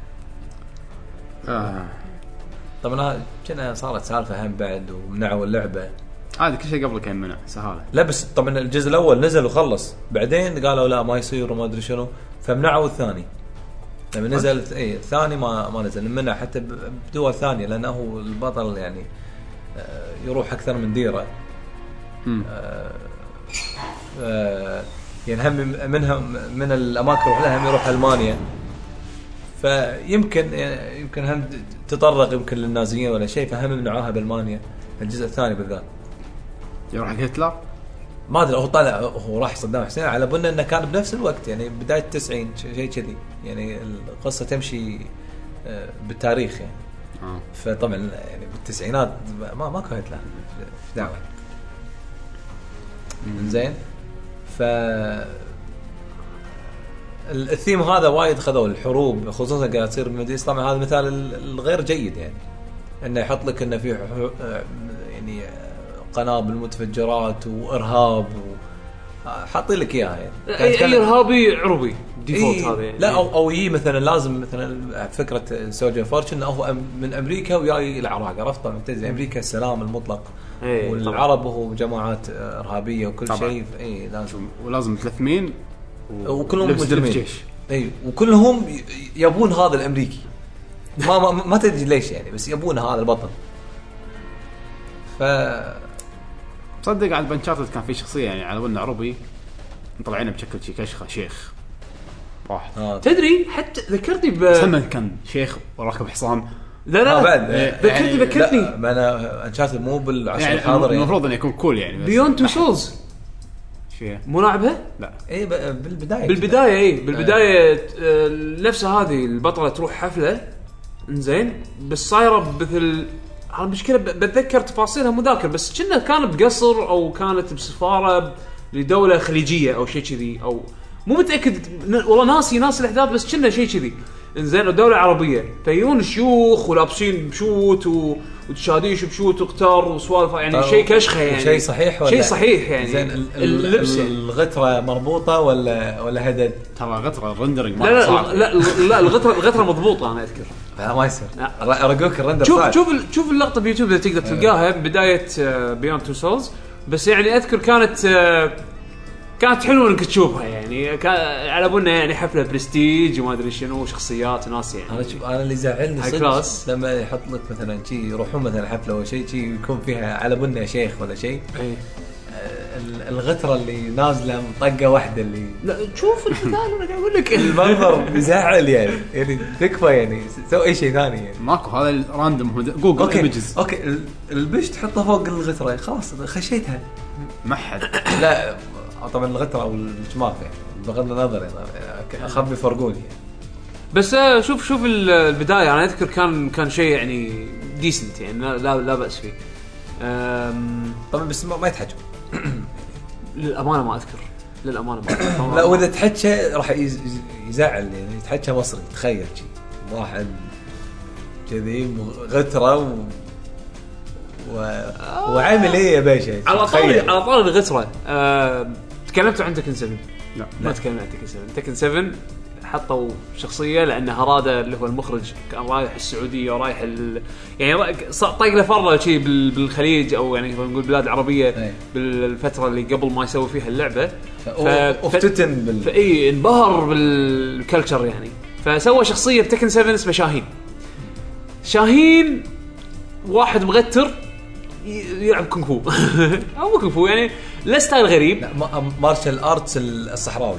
طبعا كنا صارت سالفه هم بعد ومنعوا اللعبه هذا كل شيء قبل كان منع سهاله. لا بس طبعا الجزء الاول نزل وخلص بعدين قالوا لا ما يصير وما ادري شنو فمنعوا الثاني لما نزل الثاني ما نزل منع حتى بدول ثانيه لانه البطل يعني يروح اكثر من ديره يعني هم منها من الاماكن وحدها يروح المانيا فيمكن هم تطرق يمكن للنازيين ولا شيء فهم منعوها بالمانيا الجزء الثاني بالذات يروح هتلر ما ادري هو طلع هو راح صدام حسين على بالنا انه كان بنفس الوقت يعني بدايه 90 شيء كذي يعني القصه تمشي بالتاريخ يعني فطبعا يعني بالتسعينات ما كان هتلر في دعوه زين الثيم هذا وايد خذوا الحروب خصوصا قاعد تصير بالمدينة طبعا هذا مثال الغير جيد يعني انه يحط لك انه في يعني قنابل متفجرات وارهاب حاطين لك اياها يعني اي ارهابي عربي ديفولت هذا يعني. لا او مثلا لازم مثلا فكره سولجر فورتشن هو من امريكا وياي العراق عرفت طبعا زي امريكا السلام المطلق والعرب هو جماعات ارهابيه وكل شيء اي لازم ولازم متلثمين وكلهم مجرمين اي وكلهم يبون هذا الامريكي ما تدري ليش يعني بس يبون هذا البطل تصدق على البنشارتد كان في شخصيه يعني على ولنا عربي مطلعينه بشكل شي كشخه شيخ واحد تدري حتى ذكرتني سمن كان شيخ وراكب حصان لا بعد ذكرتني ما انا انشاتد مو بالعصر يعني الحاضر يعني المفروض انه يكون كول يعني بيوند تو سولز مو لعبها لا اي بالبدايه نفسها هذه البطله تروح حفله انزين بس صايره مثل المشكله بتذكر تفاصيلها مذاكر بس كنا كان بقصر او كانت بسفاره لدوله خليجيه او شيء كذي او مو متاكد والله ناسي الاحداث بس كنا شيء كذي انزين ودوله عربيه فيون شيوخ ولابسين بشوت وتشاديش بشوت وقتار وسوالف يعني شيء كشخه يعني شيء صحيح ولا شيء صحيح يعني زين اللبس الغتره مربوطه ولا هدد ترى غتره الرندرنج لا الغتره مضبوطه انا اذكر ما يصير ارجوك الرندر صعب شوف اللقطه بيوتيوب اذا تقدر تلقاها بدايه بيوند تو سولز بس يعني اذكر كانت حلوه انك تشوفها يعني على بالنا يعني حفله برستيج وما ادري شنو شخصيات ناس يعني انا اللي زعلني صدق لما يحط لك مثلا شيء يروحون مثلا حفله او شيء يكون فيها على بالنا شيخ ولا شيء الغتره اللي نازله طقه واحده اللي لا شوف المثال انا قاعد اقول لك المنظر بيزعل يعني تكفى يعني سوي اي شيء ثاني يعني ماكو هذا راندوم جوجل ايمجز اوكي البش تحطها فوق الغتره خلاص خشيتها محد لا طبعا الغتره او الجماعه يعني بغض النظر يعني اخاف يفرقوني يعني. بس شوف البدايه انا اذكر كان شيء يعني ديسنت يعني لا باس فيه طبعا بس ما يتحجب للامانه ما اذكر للامانه لا واذا تحكي راح يزعل يعني تحكي مصري تخيل شي واحد كذي غتره وعامل ايه يا باشا على طول الغتره. تكلمتوا عن تكن 7؟ لا ما تكلمنا عن تكن 7 حطوا شخصيه لان هراده اللي هو المخرج كان رايح السعوديه ورايح يعني طاق له فره شيء بالخليج او يعني نقول البلاد العربيه بالفتره اللي قبل ما يسوي فيها اللعبه افتتن فاي انبهر بالكلتشر يعني فسوى شخصيه بتكن 7 اسمه شاهين واحد مغتر يلعب كونغ فو او كونغ فو يعني لا ستايل غريب مارشال ارتس الصحراوي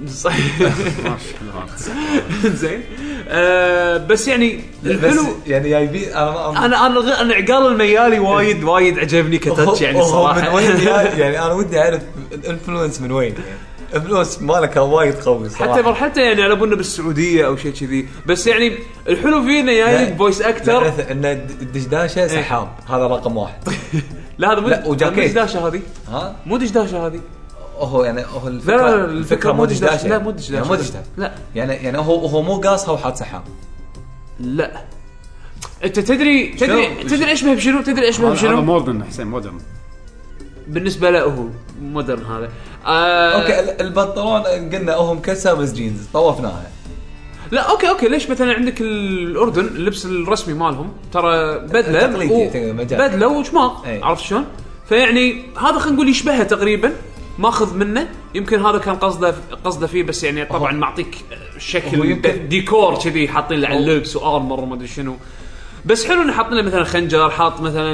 زين. بس يعني الحلو يعني جايبين انا عقال الميالي وايد عجبني كتاتش يعني الصراحه. من وين يعني انا ودي اعرف الانفلونس من وين يعني الانفلونس مالك وايد قوي صراحه حتى مرحلته يعني على بنا بالسعوديه او شيء كذي. بس يعني الحلو فيه انه جايب فويس اكتر ان الدشداشه سحاب هذا رقم واحد. لا هذا مو دشداشه هذه مو دشداشه هذه هو يعني هو الفكره مو دشداشه لا مو دشداشه لا يعني هو مو قاص هو حاد سحاب. لا انت تدري اشبه بشنو هذا مودرن حسين مودرن بالنسبه له هو مودرن هذا اوكي البنطلون قلنا هو مكسر بس جينز طوفناها. لا اوكي ليش مثلا عندك الاردن اللبس الرسمي مالهم ترى بدله وشماغ عرفت شلون فيعني هذا خلينا نقول يشبهه تقريبا ماخذ منه يمكن هذا كان قصده فيه بس يعني طبعا معطيك شكل ديكور كذي حاطين له على اللبس وارمر وما ادري شنو. بس حلو انه حاطين له مثلا خنجر حاط مثلا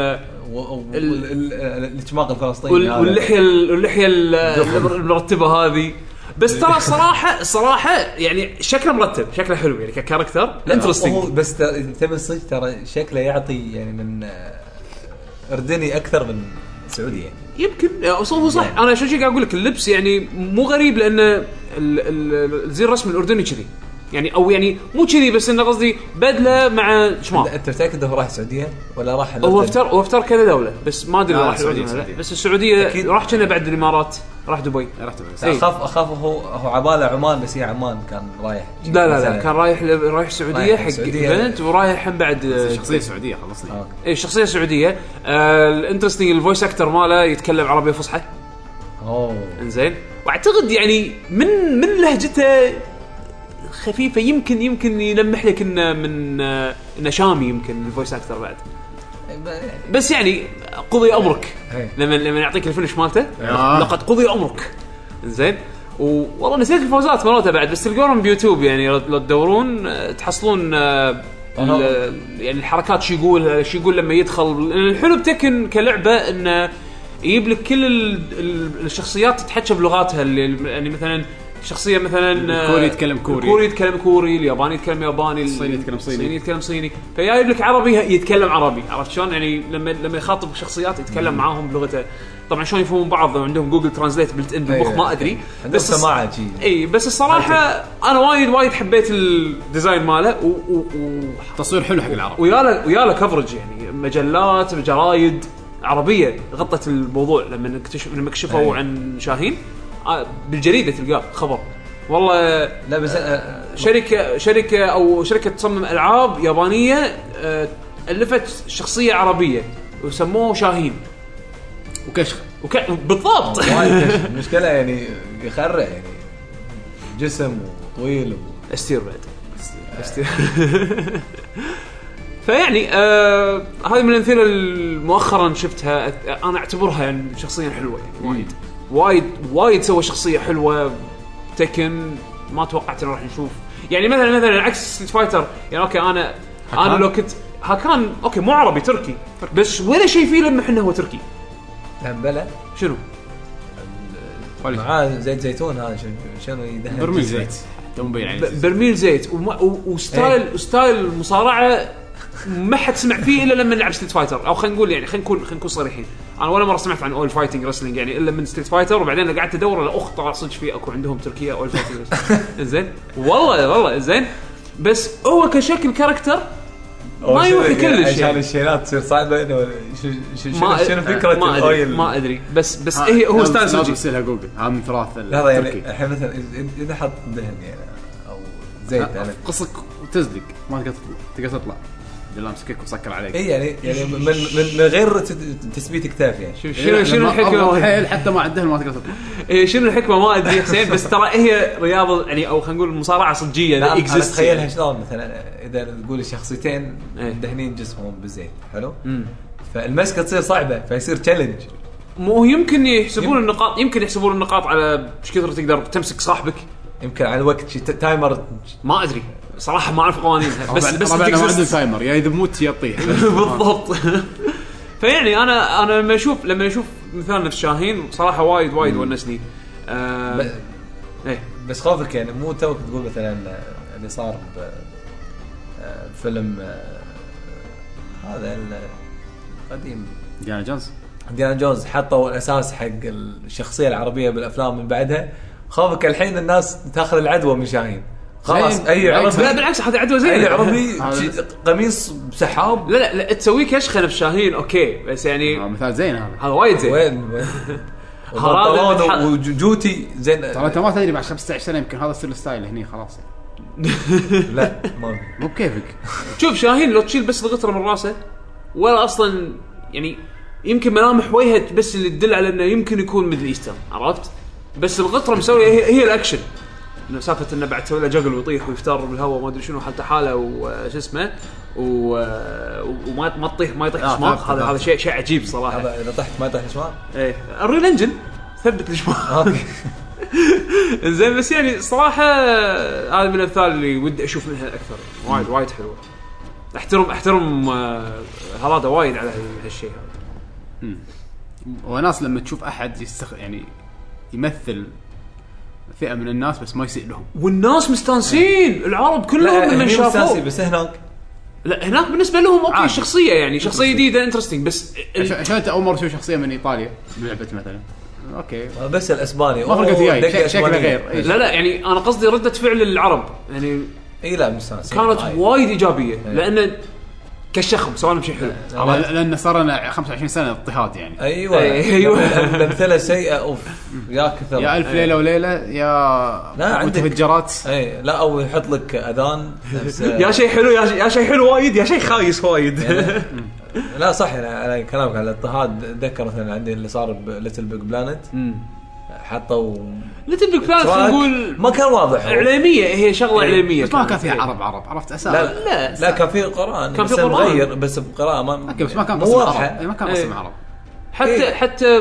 الشماغ الفلسطيني واللحيه المرتبه هذه. بس ترى الصراحه يعني شكله مرتب شكله حلو يعني ككاركتر انترستينج. بس تبي الصدق ترى شكله يعطي يعني من اردني اكثر من سعودي يعني يمكن هو صح. انا شو قاعد اقول لك اللبس يعني مو غريب لان الزي الرسمي الاردني كذي يعني او يعني مو كذي بس انه قصدي بدله مع شماغ. انت متاكد انه راح السعوديه ولا راح هو افتر كذا دوله بس ما ادري راح السعوديه بس السعوديه راح كنا بعد الامارات راح دبي اخاف هو عباله عمان بس هي عمان كان رايح لا كان رايح السعوديه حق بنت ورايح هم بعد شخصيه سعوديه خلصني اي شخصيه سعوديه. الانترستينج الفويس اكتر ماله يتكلم عربيه فصحى انزين واعتقد يعني من لهجته خفيفه يمكن يلمح لك انه من شامي يمكن الفويس اكتر بعد بس يعني قضي امرك لما يعطيك الفينش مالته لقد قضي امرك انزين. والله نسيت الفوزات مالته بعد بس تلقونهم بيوتيوب يعني لو تدورون تحصلون يعني الحركات شو يقول لما يدخل. الحلو بتكن كلعبه انه يجيب لك كل الشخصيات تتحكى بلغاتها يعني مثلا شخصيه مثلا الكوري يتكلم كوري الياباني يتكلم ياباني الصيني يتكلم صيني فيجيب لك عربي يتكلم عربي عرفت شلون يعني لما يخاطب شخصيات يتكلم معاهم بلغته. طبعا شلون يفهمون بعض عندهم جوجل ترانزليت بلت ان بالمخ ما ادري بس سماعه اي بس الصراحه انا وايد حبيت الديزاين ماله تصوير حلو حق العرب ويا له كفرج يعني مجلات جرايد عربيه غطت الموضوع لما اكتشفوا عن شاهين بالجريدة تلقاه خبر والله. لا بس شركة تصمم ألعاب يابانية ألفت شخصية عربية وسموه شاهين وكشخ بالضبط. المشكلة يعني يخرع يعني جسم وطويل استير بعد استير فيعني هذه من الأمثلة مؤخرا شفتها أنا أعتبرها يعني شخصية حلوة يعني وايد سوى شخصيه حلوه تكن ما توقعت انه راح نشوف يعني مثلا عكس ستريت فايتر يعني اوكي انا لو كنت هاكان اوكي مو عربي تركي بس ولا شيء فيه لما احنا هو تركي بلا شنو معاه زيت زيتون هذا شنو يدهن برميل زيت برميل زيت وستايل مصارعه ما حد سمع فيه الا لما نلعب ستريت فايتر او خلينا نقول يعني خلينا نكون صريحين. انا ولا مره سمعت عن اول فايتنج رسلينج يعني الا من ستريت فايتر وبعدين قعدت ادور على اخطاء صدق فيه اكو عندهم تركيا اول فايتنج زين والله زين. بس هو كشكل كاركتر ما يوحي كلش عشان يعني. الشيلات تصير صعبه انه شنو فكره ما الاويل ما ادري بس هي هو ستايل لازم صجي. يسالها جوجل هذا من تراث هذا يعني التركي. الحين مثلا اذا حط دهن يعني او زيت يعني قصك وتزلق ما تقدر تطلع الا امسكك وسكر عليك. اي يعني من غير تثبيت كتاف يعني. شنو الحكمه حيل حتى ما عندها ما تقدر تطلع. إيه شنو الحكمه ما ادري حسين بس ترى هي رياضه يعني او خلينا نقول مصارعه صجيه اكزيست. تخيلها شلون مثلا اذا تقول شخصيتين إيه. مدهنين جسمهم بالزيت حلو فالمسكه تصير صعبه فيصير تشالنج. مو يمكن يحسبون النقاط يمكن يحسبون النقاط على ايش كثر تقدر تمسك صاحبك يمكن على الوقت شي تايمر ما ادري صراحه ما اعرف قوانينها بس ما عنده تايمر يا اذا بموت يا تطيح. بالضبط. فيعني انا لما اشوف مثال نفس شاهين صراحه وايد ونسني. بس خوفك يعني مو توك تقول مثلا اللي صار بفيلم هذا القديم ديانا جونز حطوا الاساس حق الشخصيه العربيه بالافلام من بعدها. خوفك الحين الناس تاخذ العدوى من شاهين خلاص اي عربي. لا بالعكس هذا عدوى زين. اي عربي قميص بسحاب لا تسويك يشخن بشاهين اوكي بس يعني مثال زين هذا وايد زين. وين وجوتي زين. ترى انت ما تدري بعد 15 سنه يمكن هذا يصير الستايل هني خلاص. لا مو بكيفك. شوف شاهين لو تشيل بس الغطره من راسه ولا اصلا يعني يمكن ملامح وجهه بس اللي تدل على انه يمكن يكون ميدل ايسترن عرفت بس الغطره مسويه هي الاكشن انه سافت انه بعد تسوي له جقل ويطيح ويفتر بالهواء ما ادري شنو حالته حاله وش اسمه وما تطيح ما يطيح الشماغ. هذا شيء عجيب صراحه. هذا اذا طحت ما يطيح الشماغ. ايه الريل انجن ثبت الشماغ. زين بس يعني صراحه هذا من الامثال اللي ودي اشوف منها اكثر. وايد حلوه. احترم هذا وايد على هالشيء هذا. وناس لما تشوف احد يعني يمثل فئه من الناس بس ما يصير لهم والناس مستانسين العرب كلهم من شافوه. بس هناك بالنسبه لهم اوكي شخصيه يعني شخصيه جديده انترستينج بس عشان انت اول مره تشوف شخصيه من ايطاليا بلعبه مثلا اوكي بس الاسباني ما فرقت وياي شكله غير. لا يعني انا قصدي رده فعل العرب يعني اي لا مستانسين كانت وايد ايجابيه لان كالشخم سواء بشيء حلو لان صار لنا 25 سنه اضطهاد يعني. ايوه الامثله سيئه اوف يا كثر يا الف ليله وليله يا متفجرات. اي لا او يحط لك اذان يا شيء حلو يا شيء حلو وايد يا شيء خايس وايد. لا صح على كلامك على الاضطهاد اتذكر مثلا عندي اللي صار بليتل بيج بلانت حطوا ليتل بيج بلانت نقول ما كان واضح اعلاميه هي شغله اعلاميه بس ما كان فيها عرب عرفت اساس. لا كان في قرآن كان في مغير بس بقراءه ما بس ما كان قصة عرب ما كان قصة عرب. حتى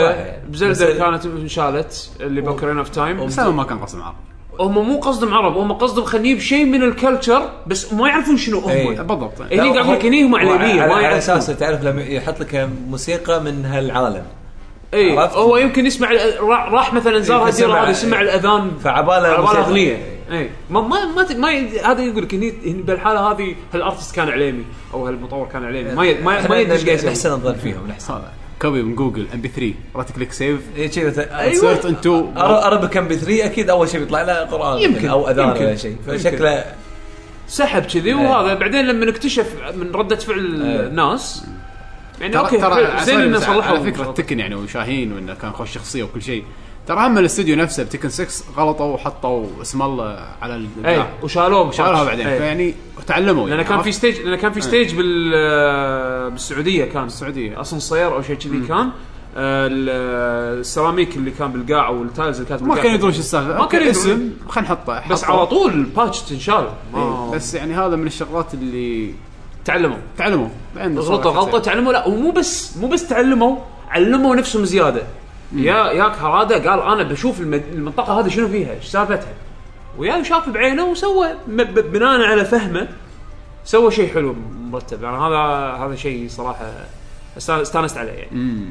بزلدة كانت انشالت اللي بوكرين اوف تايم بس ما كان قصة عرب. هم مو قصدهم عرب هم قصدهم خليه بشيء من الكلتشر بس ما يعرفون شنو هم بالضبط. هني قاعد اقول لك هني هم اعلاميه ما على اساس تعرف لما يحط لك موسيقى من هالعالم. اي هو يمكن يسمع راح مثلا زار هالديره هذا يسمع الاذان فعباله اغنيه. اي ما هذا يقول لك هني بالحاله هذه هالارتست كان اعلامي او هالمطور كان اعلامي ما يدري ايش احسن نظن فيهم الاحسن كوبي من جوجل MP3 رات كليك سيف اي شيء صرت انتو عربي MP3 اكيد اول شيء بيطلع له قرآن يمكن او اذان ولا شيء فشكله سحب كذي وهذا بعدين لما نكتشف من ردة فعل الناس يعني اوكي زين انه صلحوا على فكره تكن يعني وشاهين وانه كان خوش شخصيه وكل شيء. ترى هم الاستوديو نفسه بتكن 6 غلطوا وحطوا اسم الله على البتاع وشالوها بعدين فيعني تعلموا لان كان في ستيج بالسعوديه كان السعوديه اصلا صير او شيء كذي كان السيراميك اللي كان بالقاع والتايلز اللي كانت ما كانوا يدرون شو السالفه ما كان اسم خلينا نحطه بس على طول باتش تنشال بس يعني هذا من الشغلات اللي تعلموا غلطه تعلموا لا ومو بس تعلموا علموا نفسهم زياده. ياك هراده قال انا بشوف المنطقه هذه شنو فيها ايش سالفتها ويا شاف بعينه وسوى بناء على فهمه سوى شيء حلو مرتب يعني هذا شيء صراحه استانست عليه يعني.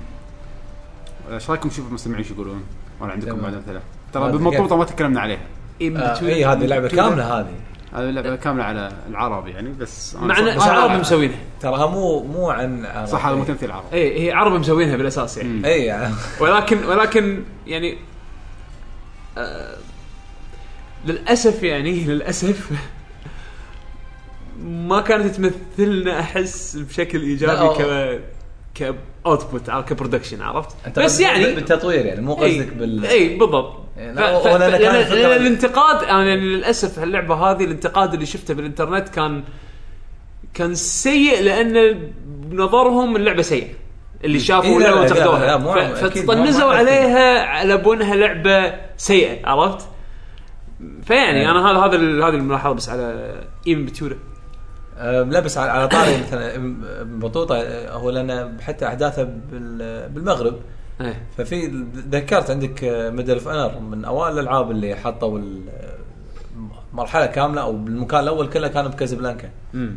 ايش رايكم نشوف المستمعين ايش يقولون ولا عندكم بعد مثلا ترى بالمضبوطه ما تكلمنا عليها. اي هذه لعبه كامله هذه لعبه كامله على العرب يعني بس معنا العرب مسوينها ترى مو عن عرب صح هذا مو تمثيل عرب. هي عرب مسوينها بالاساس يعني اي ولكن يعني للاسف ما كانت تمثلنا احس بشكل ايجابي ك اوتبوت او كبرودكشن عرفت. بس يعني بالتطوير يعني مو قصدك اي بالضبط. الانتقاد انا للاسف هاللعبه هذه الانتقاد اللي شفته بالانترنت كان سيء لان بنظرهم اللعبه سيئه اللي شافوا اللعبه وتاخذوها فتطنزوا عليها على بونها لعبه سيئه عرفت. فيعني انا هذا الملاحظه بس على ايم بتوره. لا بس على طاري مثلا بطوطه هو لنا حتى احداثه بالمغرب ففي ذكرت عندك ميدل اوف انر من اوائل الالعاب اللي حطوا مرحله كامله او بالمكان الاول كله كان بكازابلانكا.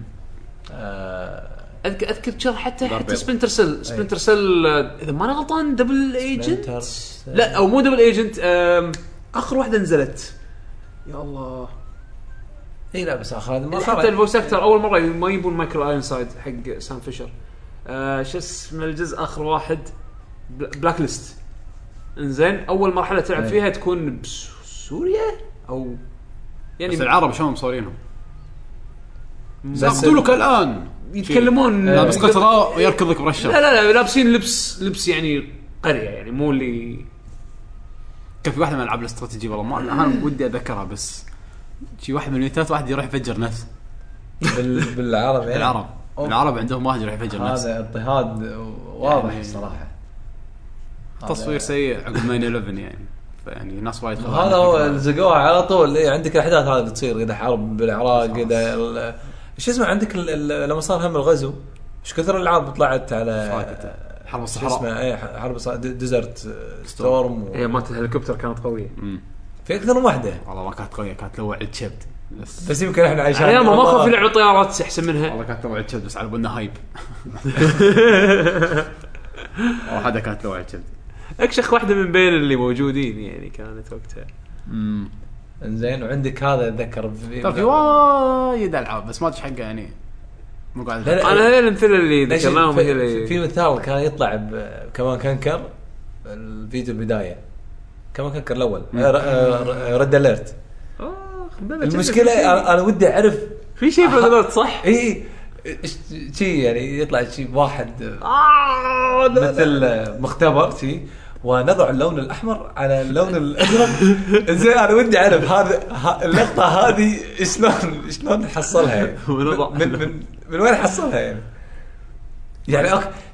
اذكر حتى سبلنتر سيل اذا ما انا غلطان دبل ايجنت لا او مو دبل ايجنت اخر واحده نزلت يا الله. اي لا بس اخر ما حتى الفويس اكتر اول مره ما يبون مايكل ايرنسايد حق سام فيشر. شو اسم الجزء اخر واحد بلاك ليست. انزين اول مرحله تلعب فيها تكون بسوريا او يعني بس العرب شلون مصورينهم يقتلوك الان يتكلمون لابس قطره ويركض لك برشه. لا لابسين لبس يعني قريه يعني مو اللي كان في واحده من العاب الاستراتيجي والله ما انا ودي اذكرها بس شي واحد من الميتات واحد يروح يفجر نفسه بالعرب يعني العرب عندهم واحد يروح يفجر نفسه. هذا اضطهاد واضح يعني الصراحه. تصوير سيء عقب 9/11 يعني فيعني ناس وايد هذا هو لزقوها على طول. عندك الاحداث هذه تصير اذا حرب بالعراق اذا ايش اسمه عندك لما صار هم الغزو ايش كثر الالعاب طلعت على حرب الصحراء اسمه حرب ديزرت ستورم هي مالت الهليكوبتر كانت قويه في اكثر من واحده والله ما كانت قويه كانت لو الشبد بس يمكن احنا عايشين انا ما اخاف لعبه طيارات احسن منها والله كانت لو الشبد بس على بالنا هايب هذا كانت لو الشبد اكشخ واحده من بين اللي موجودين يعني كانت وقتها. انزين وعندك هذا اتذكر في وايد العاب بس ما ادري حقه يعني مو قاعد انا هذول الامثله اللي ذكرناهم هي اللي في مثال كان يطلع كمان كنكر الفيديو البدايه كمان كنكر الاول رد اليرت. المشكله انا ودي اعرف في شيء في الرد صح اي شيء يعني يطلع شيء واحد مثل مختبر شيء ونضع اللون الأحمر على اللون الأزرق. زين أنا ودي أعرف هذا اللقطة هذه شلون حصلها من وين حصلها يعني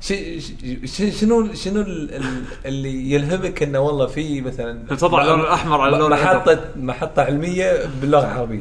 شنو اللي يلهمك إنه والله في مثلا تضع اللون الأحمر على اللون محطة علمية باللغة العربية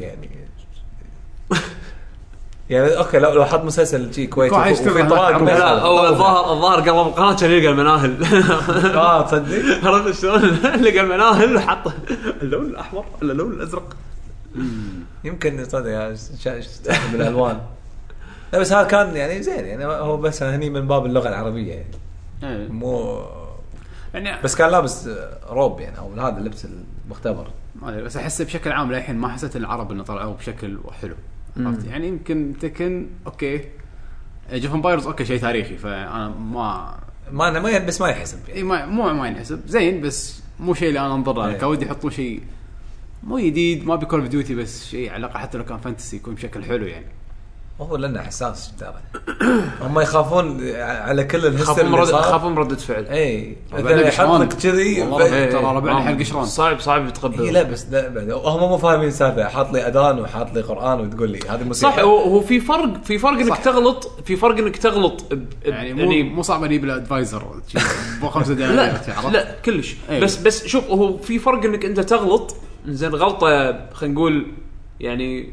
يعني اوكي لو حط مسلسل شيء كويتي وفي طراق لا هو الظاهر قبل القناه كان يلقى المناهل تصدق عرفت شلون لقى المناهل وحط اللون الاحمر ولا اللون الازرق يمكن تصدق بالالوان. لا بس هذا كان يعني زين يعني هو بس هني من باب اللغه العربيه يعني مو يعني بس كان لابس روب يعني او هذا اللبس المختبر بس احس بشكل عام للحين ما حسيت العرب انه طلعوا بشكل حلو يعني يمكن تكن اوكي جيف امبايرز اوكي شيء تاريخي فانا ما بس ما يحسب يعني ما ينحسب زين بس مو شيء اللي انا انظر له كودي يحطوا شيء مو جديد ما بيكون في ديوتي بس شيء على الاقل حتى لو كان فانتسي يكون بشكل حلو يعني هو لنا حساس ترى هم يخافون على كل الهستيري يخافون ردة فعل اذا يحط لك كذي ترى ربع حلقه شلون صعب يتقبل لا بس هم مو فاهمين سالفه حاط لي اذان وحاط لي قران وتقول لي هذه موسيقى صح هو في فرق انك تغلط يعني مو صعب اجيب له ادفايزر ب $5 لا كلش بس شوف هو في فرق انك انت تغلط زين غلطه خلينا نقول يعني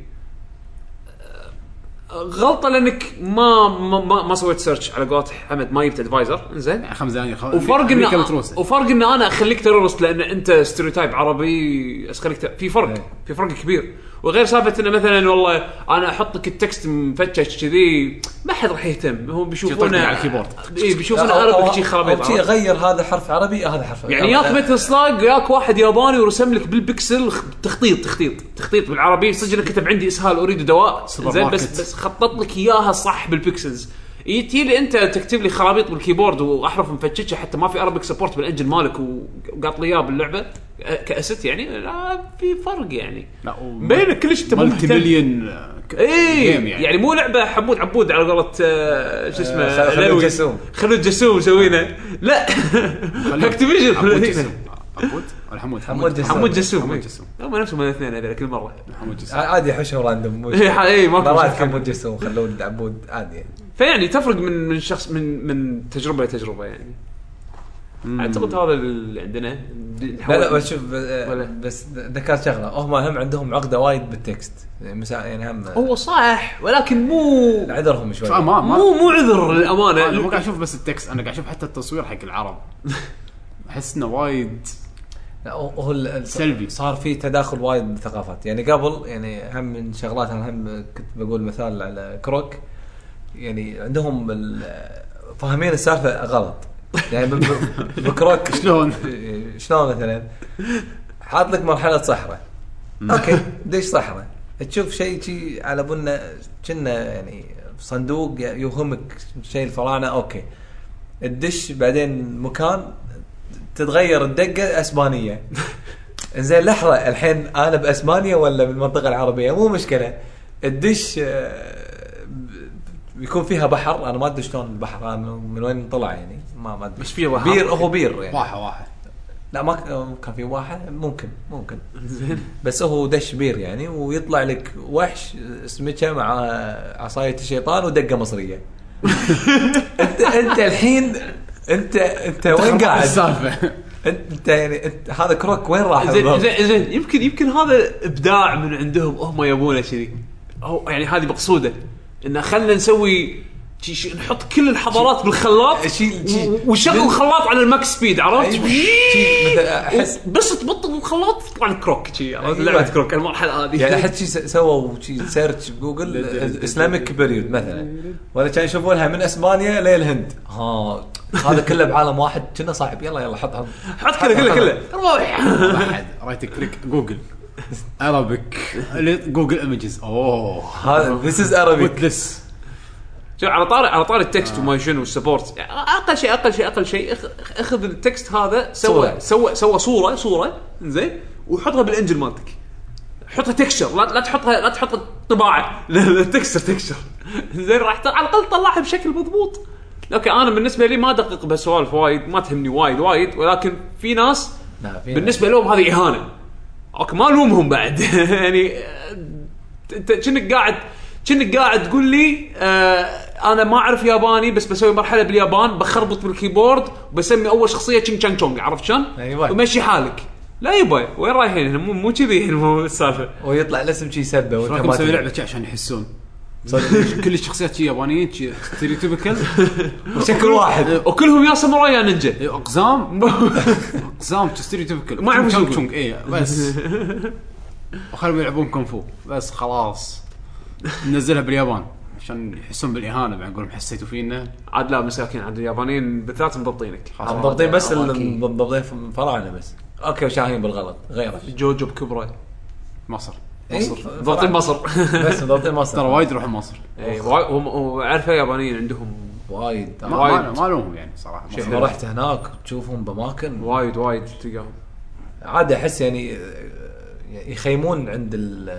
غلطه لانك ما سويت سيرش على قولت حمد ما جبت ادفايزر زين 5 دقائق وفرق ان انا اخليك تيرورست لان انت ستيريوتايب عربي اسخليك في فرق كبير وغير سالفه انه مثلا والله انا احط لك التكست مفتش كذي ما حد راح يهتم هو بيشوفونه على الكيبورد بيشوفونه عربي شيء خرابيط شيء غير هذا حرف عربي هذا حرف يعني ياك مثل سلاج ياك واحد ياباني ورسم لك بالبكسل تخطيط بالعربي سجل كتب عندي اسهال اريد دواء زين بس خطط لك اياها صح بالبكسلز يجي لي انت تكتب لي خرابيط بالكيبورد واحرف مفتشه حتى ما في ارابيك سبورت بالانجن مالك وقاط لي اياه باللعبه كاسيت يعني لا في فرق يعني بين كلش انت مالتي مليون يعني مو لعبه حمود عبود على قولة شو اسمه خلود جسوم مسوينه لا اكتيفيجن حمود جسوم هم نفسهم الاثنين هذول كل مره حمود جسوم عادي حشوا راندوم اي ما حمود جسوم خلود عبود عادي يعني. فيعني تفرق من شخص من تجربه لتجربه يعني اعتقد هذا اللي عندنا. لا بس شوف بس ذكرت شغله هم عندهم عقده وايد بالتكست يعني هم هو صح ولكن مو عذرهم شوي مو عذر للامانه. انا مو قاعد اشوف بس التكست انا قاعد اشوف حتى التصوير حق العرب احس انه وايد هو سلبي صار في تداخل وايد بالثقافات يعني قبل يعني هم من شغلات انا هم كنت بقول مثال على كروك يعني عندهم فاهمين السالفه غلط يعني بكروك شلون مثلا حاط لك مرحله صحراء اوكي ديش صحراء تشوف شيء على بنا كنا يعني صندوق يوهمك شيء الفراعنه اوكي الدش بعدين مكان تتغير الدقه اسبانيه زين لحظه الحين انا باسبانيا ولا بالمنطقه العربيه مو مشكله الدش بيكون فيها بحر انا ما ادري شلون البحر من وين طلع يعني ما ادري مش فيه بحر بير هو بير يعني واحد لا ما كان في واحد ممكن زين بس هو دش بير يعني ويطلع لك وحش اسمه مع عصايه الشيطان ودقه مصريه انت الحين انت وين قاعد السالفه انت يعني هذا كروك وين راح زين يمكن هذا ابداع من عندهم هم يبونه كذي او يعني هذه مقصوده إن خلنا نسوي نحط كل الحضارات بالخلاط وشغل الخلاط على الماكس سبيد عرفت أحس بس تبطل الخلاط تطلع الكروك شيء لعبة كروك المرحلة هذه يعني أحد شيء سووا شيء سيرش بجوجل إسلاميك بيريود مثلا ولا كان يشوفونها من إسبانيا للهند هذا كله بعالم واحد كنا صاحب يلا حط كله روح رايت كليك جوجل Arabic جوجل ايمجز هذا this is Arabic شوف على طار التكست وما شنو السبورت اقل شيء اخذ التكست هذا سوى صوره زين وحطها بالانجن مالتك حطها تكستشر لا تحطها طباعه تكستشر زين راح على الاقل تطلعها بشكل مضبوط. اوكي انا بالنسبه لي ما ادقق بسوالف وايد ما تهمني وايد ولكن في ناس بالنسبه لهم هذه اهانه اوكي ما لومهم بعد يعني انت كأنك قاعد تقول لي انا ما اعرف ياباني بس بسوي مرحله باليابان بخربط بالكيبورد وبسمي اول شخصيه تشينج تشانج تشونج عرفت شلون ومشي حالك لا يبا وين رايحين مو كذي السالفه ويطلع الاسم شيء سبه وانت ما تسوي لعبه عشان يحسون كل الشخصيات يابانيين ستيريوتيبيكال وشكل واحد وكلهم يا ساموراي يا نينجا اقزام ستيريوتيبيكال ما يعرفوا ايه بس وخلوا يلعبون كونفو بس خلاص ننزلها باليابان عشان يحسون بالاهانه بعد نقول حسيتوا فينا عاد لا مساكين عند اليابانيين بالذات مضبطينك مضبطين بس مضبطين فراعنه بس اوكي وشاهين بالغلط غيره جوجو بكبره مصر ضبطين مصر بس ضبطين مصر ترى وايد يروحون مصر اي وعارفه يابانيين عندهم وايد ما لهم يعني صراحه ما رحت هناك تشوفهم باماكن وايد تلقاهم عادي احس يعني يخيمون عند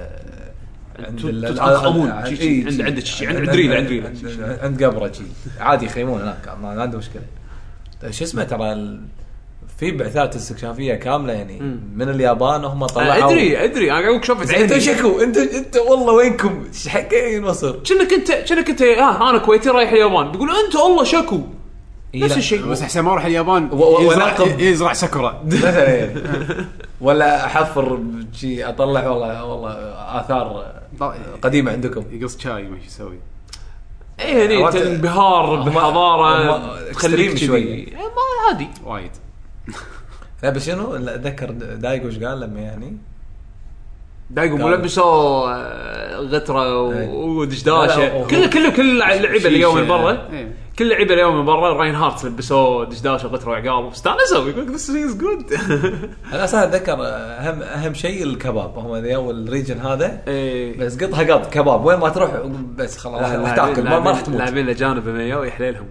عند قبره شيء عادي يخيمون هناك ما عنده مشكله. شو اسمه ترى في بعثات استكشافيه كامله يعني من اليابان وهم طلعوا ادري انا اقول شوف انت شكو انت والله وينكم حقين مصر كأنك انت انا كويتي رايح اليابان بيقولوا انت والله شكو نفس الشيء بس احسن ما اروح اليابان يزرع سكره مثلا ولا احفر شيء اطلع والله اثار قديمه عندكم يقص شاي ما يسوي يعني تنبهار بحضاره تخليك شوي ما عادي وايد. لا بس شنو اتذكر دايغو ايش قال لما يعني دايغو ملبسوا غتره ودشداشه كل اللعيبه اليوم برا كل لعيبه اليوم من برا راين هارت لبسوا دشداش وقطروا عقاب استانسوا يقول this is good. انا صار اتذكر اهم شيء الكباب هم ذي اول ريجن هذا إيه. بس قطها قط كباب وين ما تروح بس خلاص راح تاكل ما راح تموت. لاعبين الاجانب ميو يحليلهم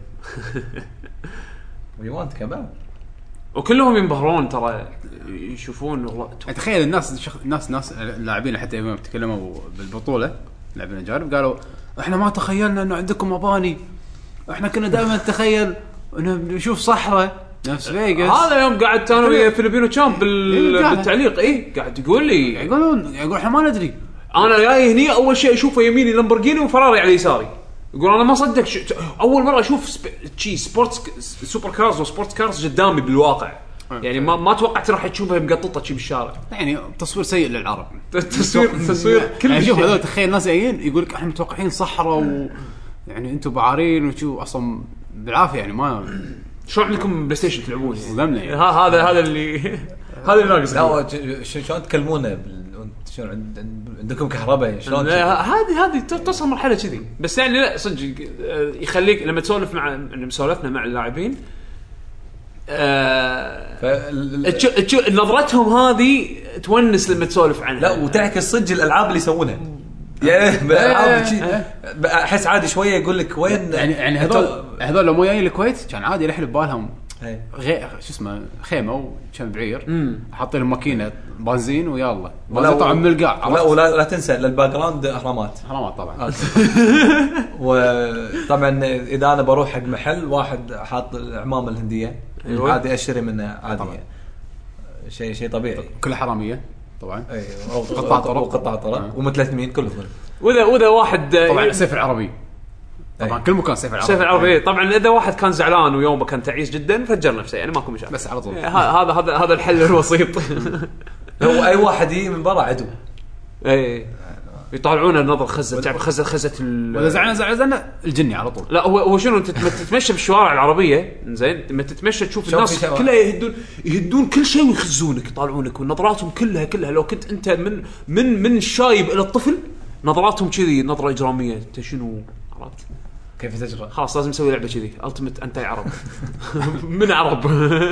ويوانت كباب وكلهم ينبهرون ترى يشوفون والله. تخيل الناس اللاعبين حتى يوم تكلموا بالبطوله لاعبين اجانب قالوا احنا ما تخيلنا انه عندكم مباني احنا كنا دائما نتخيل انه نشوف صحراء نفس فيغاس. هذا يوم قاعد كانوا ويا فيلبينو تشامب بالتعليق قاعد يقول لي يقول احنا ما ندري انا جاي هني اول شيء اشوفه يميني لامبورجيني وفراري على يساري. يقول انا ما صدق اول مره اشوف شي سبورتس سوبر كارز وسبورتس كارز قدامي بالواقع. يعني ما توقعت راح تشوفها مقططه شي بالشارع. يعني تصوير سيء للعرب. تصوير كل يعني شوف هذول تخيل ناس جايين يقول لك احنا متوقعين صحراء يعني انتم بعارين وشو اصلا بالعافيه يعني ما شو عندكم بلاي ستيشن تلعبون يعني. هذا اللي هذا اللي ناقص. شلون تكلمونه شلون عندكم كهرباء شلون هذه توصل مرحله كذي. بس يعني لا صدق يخليك لما تسولف سولفنا مع اللاعبين نظرتهم هذه تونس لما تسولف عنها. لا وتعكس صدق الالعاب اللي يسوونها يعني بالالعاب احس عادي شويه يقول لك وين يعني هذول لو مو جايين الكويت كان عادي يحلب بالهم شو اسمه خيمه وكم بعير حاطين لهم ماكينه بنزين ويلا طبعا من القاع. ولا تنسى للباك جراوند اهرامات طبعا. وطبعا اذا انا بروح حق محل واحد حاط العمامه الهنديه عادي اشتري منه عادي شيء طبيعي كله حراميه طبعا. ايوه قطع طرق ومتلثمين كلهم. واذا واحد طبعا سيف العربي طبعا كل مكان سيف العربي طبعا. اذا واحد كان زعلان ويومه كان تعيس جدا فجر نفسه يعني ماكو مشاكل بس على طول. هذا الحل الوسيط. هو اي واحد يجي من برا عدو اي يطالعونه النظر خزه ولا زعلنا الجني على طول. لا هو شنو انت تتمشى بالشوارع العربيه زين لما تتمشى تشوف الناس كلها يهدون كل شيء ويخزونك يطالعونك ونظراتهم كلها لو كنت انت من الشايب الى الطفل نظراتهم كذي نظره اجراميه. انت شنو عرفت كيف تجرى خلاص لازم نسوي لعبه كذي التيمت انت عرب من عرب.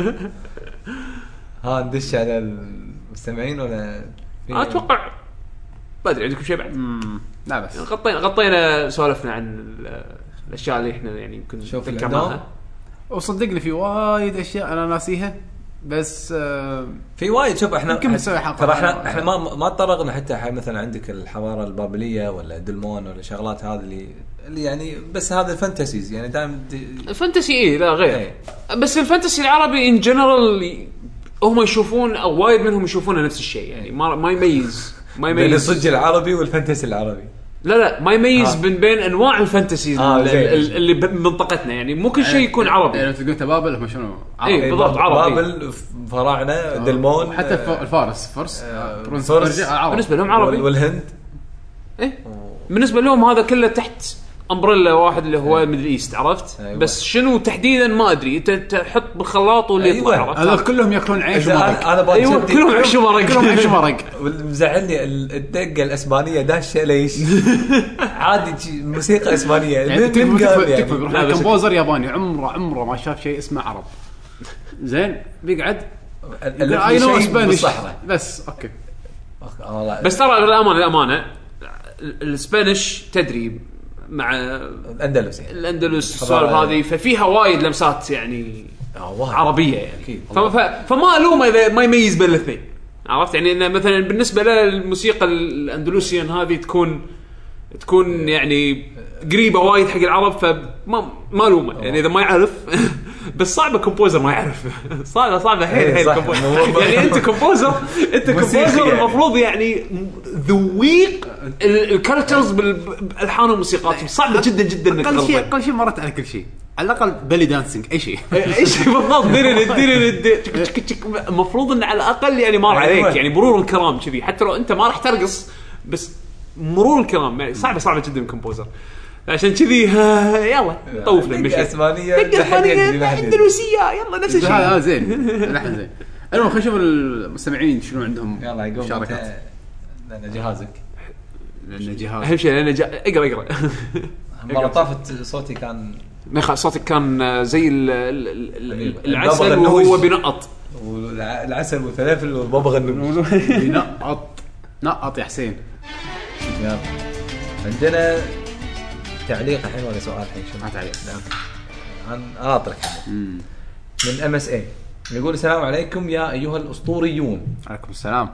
ندش على المستمعين ولا اتوقع ما ادري عندكم شيء بعد؟ لا بس غطينا سولفنا عن الاشياء اللي احنا يعني يمكن ذكرناها. وصدقني في وايد اشياء انا ناسيها بس في وايد. شوف احنا يمكن نسوي حلقه احنا ما تطرقنا حتى مثلا عندك الحضاره البابليه ولا دلمون ولا شغلات هذه اللي يعني بس هذا الفانتسيز يعني دائما الفانتسي لا غير. بس الفانتسي العربي ان جنرال هم يشوفون او وايد منهم يشوفونه نفس الشيء يعني ما يميز بين الصج العربي والفانتسي العربي. لا ما يميز بين انواع الفانتسي اللي بمنطقتنا يعني مو كل شيء يكون عربي. يعني تقول بابل هم شنو عربي؟ اي بالضبط عربي. بابل فراعنه دلمون حتى الفارس بالنسبه لهم عربي. والهند بالنسبه لهم هذا كله تحت امبريلا واحد اللي هو ميدل ايست عرفت. بس شنو تحديدا ما ادري انت تحط بالخلاط واللي يطلع هذول كلهم ياكلون عيش ومرق. انا كلهم عيش ومرق. مزعلني الدقه الاسبانيه داشه ليش عادي موسيقى اسبانيه يعني كمبوزر ياباني عمره ما شاف شيء اسمه عرب زين بيقعد اي نو اسبانيش بس اوكي. بس ترى الامانه الاسبانيش تدري مع الأندلس السوالف هذه ففيها وايد لمسات يعني عربية يعني فما ألومه إذا ما يميز بين الاثنين عرفت يعني إنه مثلا بالنسبة للموسيقى الأندلسيين هذه تكون يعني قريبة وايد حق العرب فما ألومه يعني إذا ما يعرف. بس صعبة كومبوزر ما يعرف صعبة حيل كومبوزر يعني أنت كومبوزر المفروض يعني ذويق الكاركترز بالألحان والموسيقات صعبة جدا جدا. كل شيء مرت على كل شيء على الأقل بلي دانسينج أي شيء بالضبط المفروض إن على الأقل يعني مر عليك يعني مرور الكرام كذي حتى لو أنت ما راح ترقص بس مرور الكرام يعني صعبة جدا كومبوزر عشان كذي يلا طوف لنا مشي اسبانيه اندلسيه يلا نفس الشيء هذا زين لحن زين. المهم خلينا نشوف المستمعين شنو عندهم يلا يقوم مشاركات لان جهازك لان جهاز اهم شيء لان اقرا مرة طافت صوتي كان صوتك كان زي العسل وهو بينقط، والعسل والفلافل والبابا غنوج نقط يا حسين. يلا عندنا تعليق الحين ولا سؤال الحين؟ شو تعليق؟ أنا أطرح من MSA يقول السلام عليكم يا أيها الأسطوريون. عليكم السلام.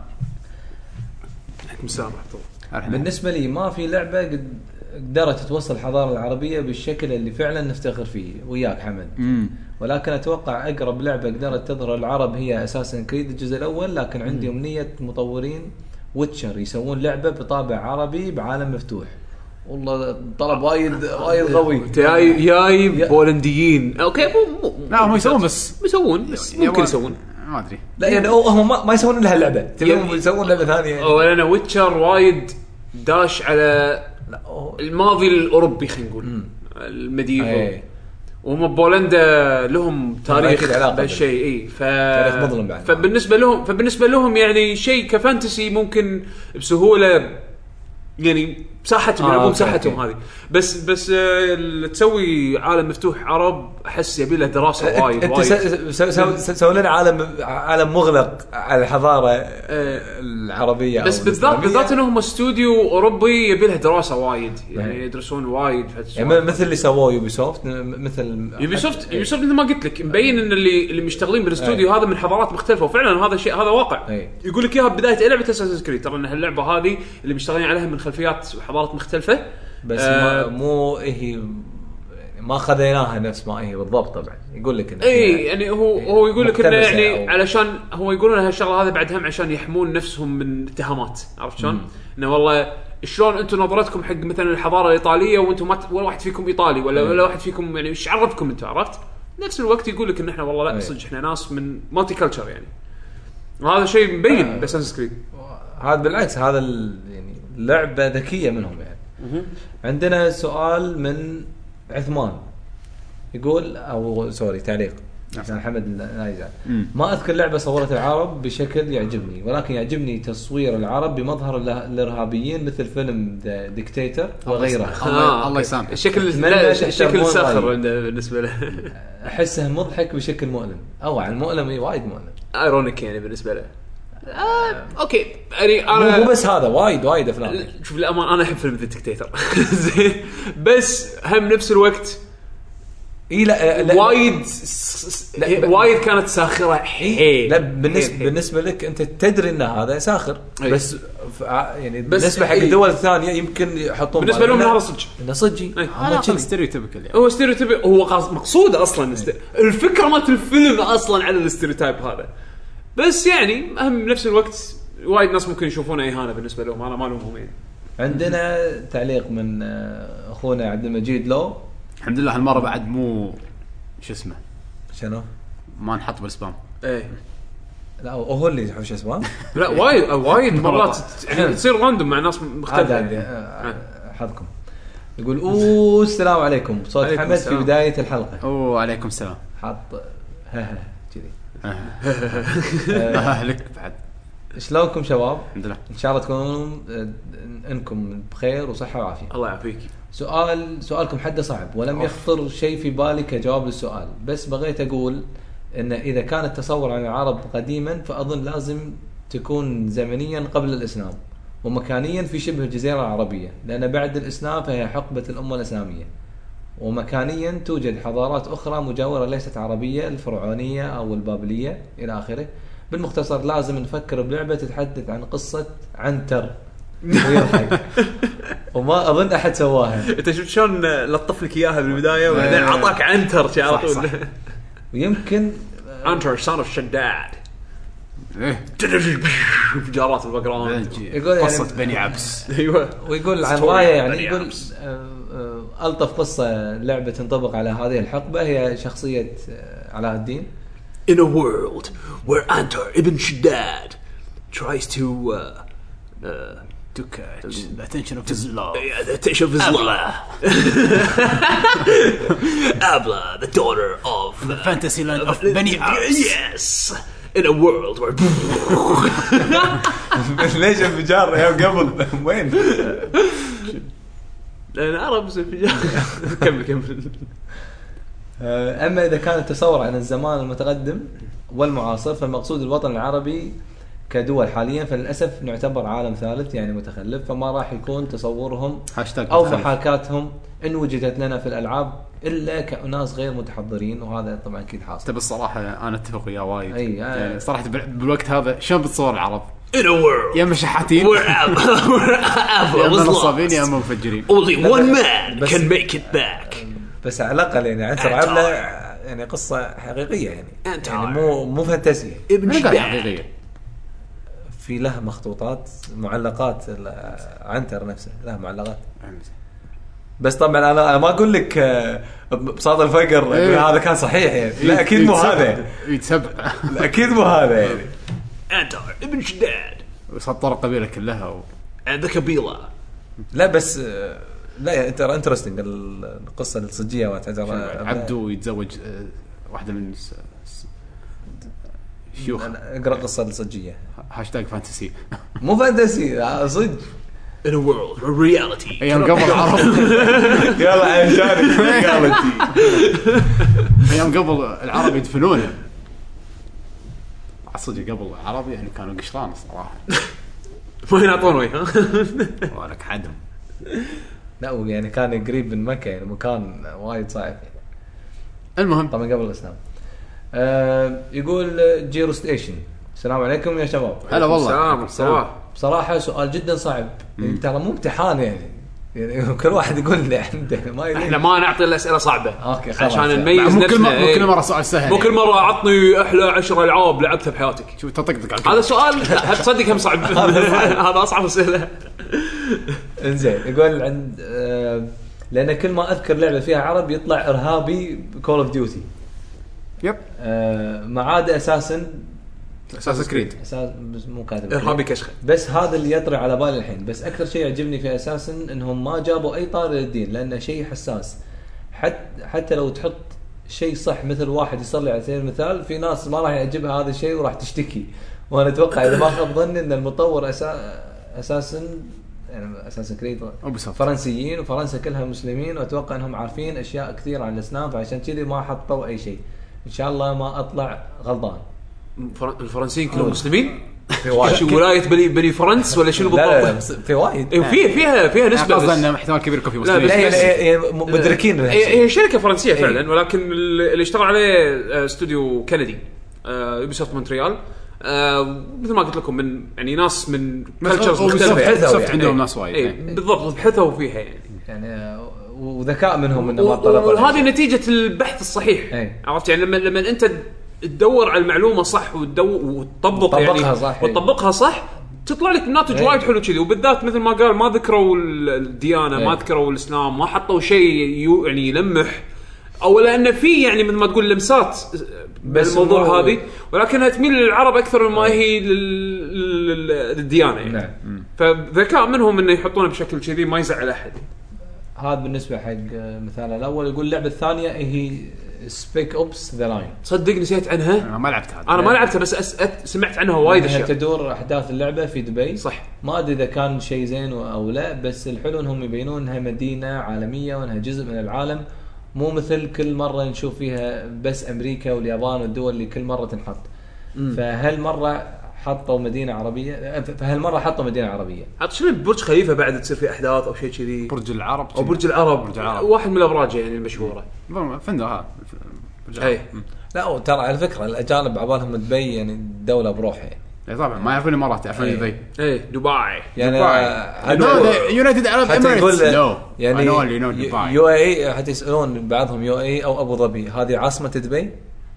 عليكم السلام. بالنسبة لي ما في لعبة قدرت توصل الحضارة العربية بالشكل اللي فعلا نفتخر فيه وياك حمد. ولكن أتوقع أقرب لعبة قدرت تظهر العرب هي أساساً كريد الجزء الأول، لكن عندي أمنية مطورين ويتشر يسوون لعبة بطابع عربي بعالم مفتوح. والله طلب وايد قوي. جاي بولنديين اوكي لا هم يسوون بس ممكن يسوون ما ادري. لا يعني هم ما يسوون لها اللعبه، تبون يسوون لعبه ثانيه يعني. او انا ويتشر وايد داش على الماضي الاوروبي خلينا نقول الميديفال، وهم بولندا لهم تاريخ بهالشيء. اي تاريخ مظلم بعد. فبالنسبه لهم يعني شيء كفانتسي ممكن بسهوله يعني مساحتهم يلعبون مساحتهم هذه. بس تسوي عالم مفتوح عرب احس يبي له دراسه وايد. سووا لنا عالم مغلق على الحضاره العربيه. بس بالذات انهم استوديو اوروبي يبي له دراسه وايد يعني يدرسون وايد يعني مثل اللي سووه يوبيسوفت. مثل يوبيسوفت مثل ما قلت لك مبين ان اللي مشتغلين بالاستوديو هذا من حضارات مختلفه، وفعلا هذا شيء هذا واقع. يقول لك اياها بدايه لعبه اساسن كريد ترى ان هاللعبه هذه اللي مشتغلين عليها من خلفيات وحضارات مختلفه، بس مو هي ما خذيناها نفس ما هي بالضبط. طبعا يقول لك اي يعني هو يقول لك انه يعني علشان هو يقولون هالشغله هذا بعد هم عشان يحمون نفسهم من اتهامات. عرفت شلون؟ انه والله شلون انتم نظرتكم حق مثلا الحضاره الايطاليه وانتم ما ولا واحد فيكم ايطالي ولا واحد فيكم يعني ايش عرفكم انتم. عرفت نفس الوقت يقول لك ان احنا والله لا صدق احنا ناس من مالتي كلتشر يعني، وهذا شيء مبين بأساسنز كريد. هذا بالعكس هذا يعني لعبه ذكيه منهم يعني. عندنا سؤال من عثمان يقول او سوري تعليق عشان حمد لا يزعل. ما اذكر لعبه صورت العرب بشكل يعجبني، ولكن يعجبني تصوير العرب بمظهر الارهابيين مثل فيلم ذا ديكتاتور وغيره. الله يسامحه. الشكل ساخر بالنسبه له. احسه مضحك بشكل مؤلم او عن مؤلم وايد مؤلم ايرونيك يعني بالنسبه له. اوكي يعني انا مو بس هذا وايد افلام. شوف الأمان انا احب فيلم ذا ديكتاتور زين، بس هم نفس الوقت لا وايد كانت ساخره حيل. لا بالنسبه لك انت تدري ان هذا ساخر بس يعني بالنسبه حق الدول الثانيه يمكن يحطون بالنسبه لهم هذا صدق هم ستيريوتيبيكال يعني. هو ستيريوتيب هو مقصود اصلا الفكره مالت الفيلم اصلا على الستيريوتايب هذا، بس يعني هم نفس الوقت وايد ناس ممكن يشوفونه اهانه بالنسبه لهم. انا ما لهم يعني. عندنا تعليق من اخونا عبد المجيد لو. الحمد لله هالمره بعد مو شو اسمه شنو ما نحط بالسبام. ايه لا هو اللي يحوش اسمه. لا وايد مرات يعني تصير راندوم مع ناس مختلفه. حظكم. يقول السلام عليكم صوت حمد في بدايه الحلقه. عليكم السلام. حط كذي لك بعد. شلونكم شباب؟ الحمد لله ان شاء الله تكونون انكم بخير وصحه وعافيه. الله يعافيك. سؤالكم حده صعب ولم يخطر شيء في بالي كجواب للسؤال، بس بغيت اقول ان اذا كان التصور عن العرب قديما فاظن لازم تكون زمنيا قبل الاسلام، ومكانيا في شبه الجزيره العربيه، لان بعد الاسلام فهي حقبه الامه الاسلاميه، ومكانيا توجد حضارات اخرى مجاوره ليست عربيه، الفرعونيه او البابليه الى اخره. بالمختصر لازم نفكر بلعبه تتحدث عن قصه عنتر ويضحك وما اظن احد سواها. انت شفت شلون لطف لك اياها بالبدايه وبعدين عطاك عنتر على طول. ويمكن عنتر son of شداد جارات البقران. يقول قصه يعني بني عبس. ايوه ويقول عن روايه يعني يقول الطف قصه لعبه تنطبق على هذه الحقبه هي شخصيه علاء الدين. In a world where Antar ibn Shaddad tries to catch the attention of his love. Yeah, the attention of his love. Abla, the daughter of the fantasy land of Beni Abs. Yes. In a world where ليش انفجار يا قبل وين انا عرب كمل. اما اذا كان التصور عن الزمان المتقدم والمعاصر فالمقصود الوطن العربي كدول حاليا، فللاسف نعتبر عالم ثالث يعني متخلف، فما راح يكون تصورهم او محاكاتهم ان وجدت لنا في الالعاب الا كأناس غير متحضرين، وهذا طبعا اكيد حاصل. طيب الصراحه انا اتفق وياه وايد. يعني صراحه بالوقت هذا شلون بتصور العرب؟ In a world يا مشحاتين يا نصابين يا مفجرين. Only one man can make it back. بس على الاقل يعني عنصر عبله يعني قصه حقيقيه يعني مو فانتسيه. ابن شداد حقيقيه في له مخطوطات معلقات عنتر نفسه له معلقات. بس طبعا انا ما اقول لك بصاد الفقر هذا كان صحيح يعني. لا اكيد مو هذا يتسبع. اكيد مو هذا يعني. عنتر ابن شداد وسطر القبيله كلها عندك قبيله. لا بس لا انترستنج القصه الصجيه وتعتبر عبده يتزوج واحده من شيوخ. اقرا قصه الصجيه #فانتسي مو فانتسي صدق. In a world of reality. ايام قبل العرب يلا عشان reality. ايام قبل العرب يدفنونه صدق. قبل العرب يعني كانوا قشران الصراحه ما ينعطون وجه ولك حدم. لا يعني كان قريب من مكة يعني مكان وايد صعب. المهم طبعا قبل الإسلام. يقول جيرو ستيشن السلام عليكم يا شباب. هلا والله. بصراحة سؤال جدا صعب يعني ترى مو امتحان يعني كل واحد يقول لي عنده ما احنا ما نعطي الأسئلة صعبة أوكي عشان نميز نفسنا. مو كل مرة سؤال سهل. مو كل مرة عطني أحلى 10 ألعاب لعبتها بحياتك. شو تطقطق هذا سؤال تصدق هم صعب. هذا أصعب أسئلة. انزين يقول عند لأن كل ما أذكر لعبة فيها عرب يطلع إرهابي كول اوف ديوتي. يب ما عاد أساسا كريد مو كاتب إرهابي كشخة. بس هذا اللي يطري على بالي الحين. بس أكثر شيء يعجبني في أساسا إنهم ما جابوا أي طار للدين لأنه شيء حساس. حتى لو تحط شيء صح مثل واحد يصلي على سبيل المثال في ناس ما راح يعجبها هذا الشيء وراح تشتكي. وأنا أتوقع إذا ما خاب ظني إن المطور أساسا يعني أساسا كريد فرنسيين وفرنسا كلها مسلمين وأتوقع إنهم عارفين أشياء كثير عن الإسلام فعشان كذي ما حطوا أي شيء. إن شاء الله ما أطلع غلطان. الفرنسيين كلهم مسلمين في وايد. شو ولاية بني فرنس ولا شنو بالضبط؟ لا في وايد. فيها نسبة قصدي انه احتمال كبير يكون في مسلمين. لا مدركين هي شركة فرنسية فعلا ولكن اللي اشتغل عليه استوديو كندي يوبيسوفت مونتريال. مثل ما قلت لكم من يعني ناس من كلتشرز مختلفة عندهم ناس وايد بالضبط بحثوا فيها يعني وذكاء منهم انه ما طلبوا. وهذه نتيجة البحث الصحيح. عرفت يعني لما انت تدور على المعلومة صح وتطبق يعني وتطبقها صح تطلع لك ناتج وايد حلو كذي. وبالذات مثل ما قال ما ذكروا الديانة ما ذكروا الإسلام ما حطوا شيء يعني يلمح أو لأن في يعني مثل ما تقول لمسات بالموضوع هذه ولكنها تميل للعرب أكثر مما هي للديانة يعني. فذكاء منهم إنه يحطونه بشكل كذي ما يزعل أحد. هذا بالنسبة حق مثال الأول. يقول اللعبة الثانية هي سبيك أوبس ذا لاين. صدق نسيت عنها. أنا ما لعبتها. أنا ما لعبتها بس سمعت عنها وايد أشياء. تدور أحداث اللعبة في دبي. صح. ما أدري إذا كان شيء زين أو لا بس الحلو إنهم يبينون إنها مدينة عالمية وإنها جزء من العالم مو مثل كل مرة نشوف فيها بس أمريكا واليابان والدول اللي كل مرة تنحط. فهالمرة حطوا مدينة عربية. فهالمرة حطوا مدينة عربية. حط شنو برج خليفة بعد تصير في أحداث أو شيء كذي. برج العرب. أو برج العرب. واحد من الأبراج يعني المشهورة. فندق ها. أي. لا ترى على فكرة الأجانب عبالهم دبي يعني دولة بروحها يعني. طبعا ما يعرفون الإمارات يعرفون دبي. إيه دبي. يعني هذا يونايتد عرب إماراتس. يعني يو اي حتى يسألون بعضهم يو اي أو أبو ظبي هذه عاصمة دبي.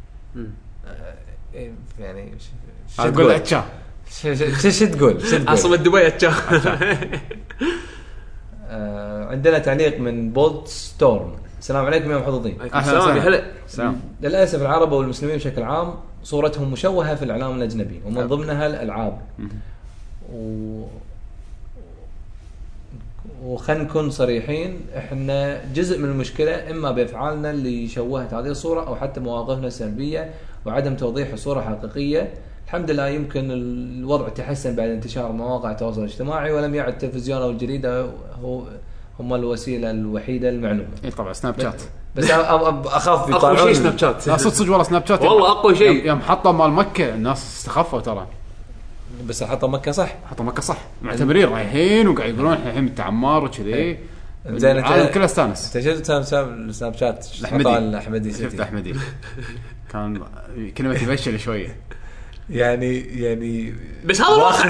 يعني أقول أتشا. شو تقول عاصمة دبي أتشا. عندنا تعليق من بولد ستورم. السلام عليكم يا محظوظين. أهلا. للأسف العرب والمسلمين بشكل عام صورتهم مشوهة في الإعلام الأجنبي ومن ضمنها الألعاب. وخلنا نكون صريحين احنا جزء من المشكلة اما بافعالنا اللي شوهت هذه الصورة او حتى مواقفنا السلبية وعدم توضيح الصورة حقيقية. الحمد لله يمكن الوضع تحسن بعد انتشار مواقع التواصل الاجتماعي ولم يعد التلفزيون او الجريدة هم الوسيله الوحيده للمعلومه. اي طبعا سناب شات، بس اخاف اقوى شيء سناب شات. لا صدق والله سناب شات والله اقوى شيء. يوم حطوا مال مكه الناس استخفوا ترى. بس حطوا مكه صح، حطوا مكه صح، معتبرين رايحين وقاعد يقولون الحين انت عمار وكذي. زين العالم كله استانس. انت شفت سناب شات احمدي شفت احمدي كان كلمه يفشل شويه يعني بس هذا واقع.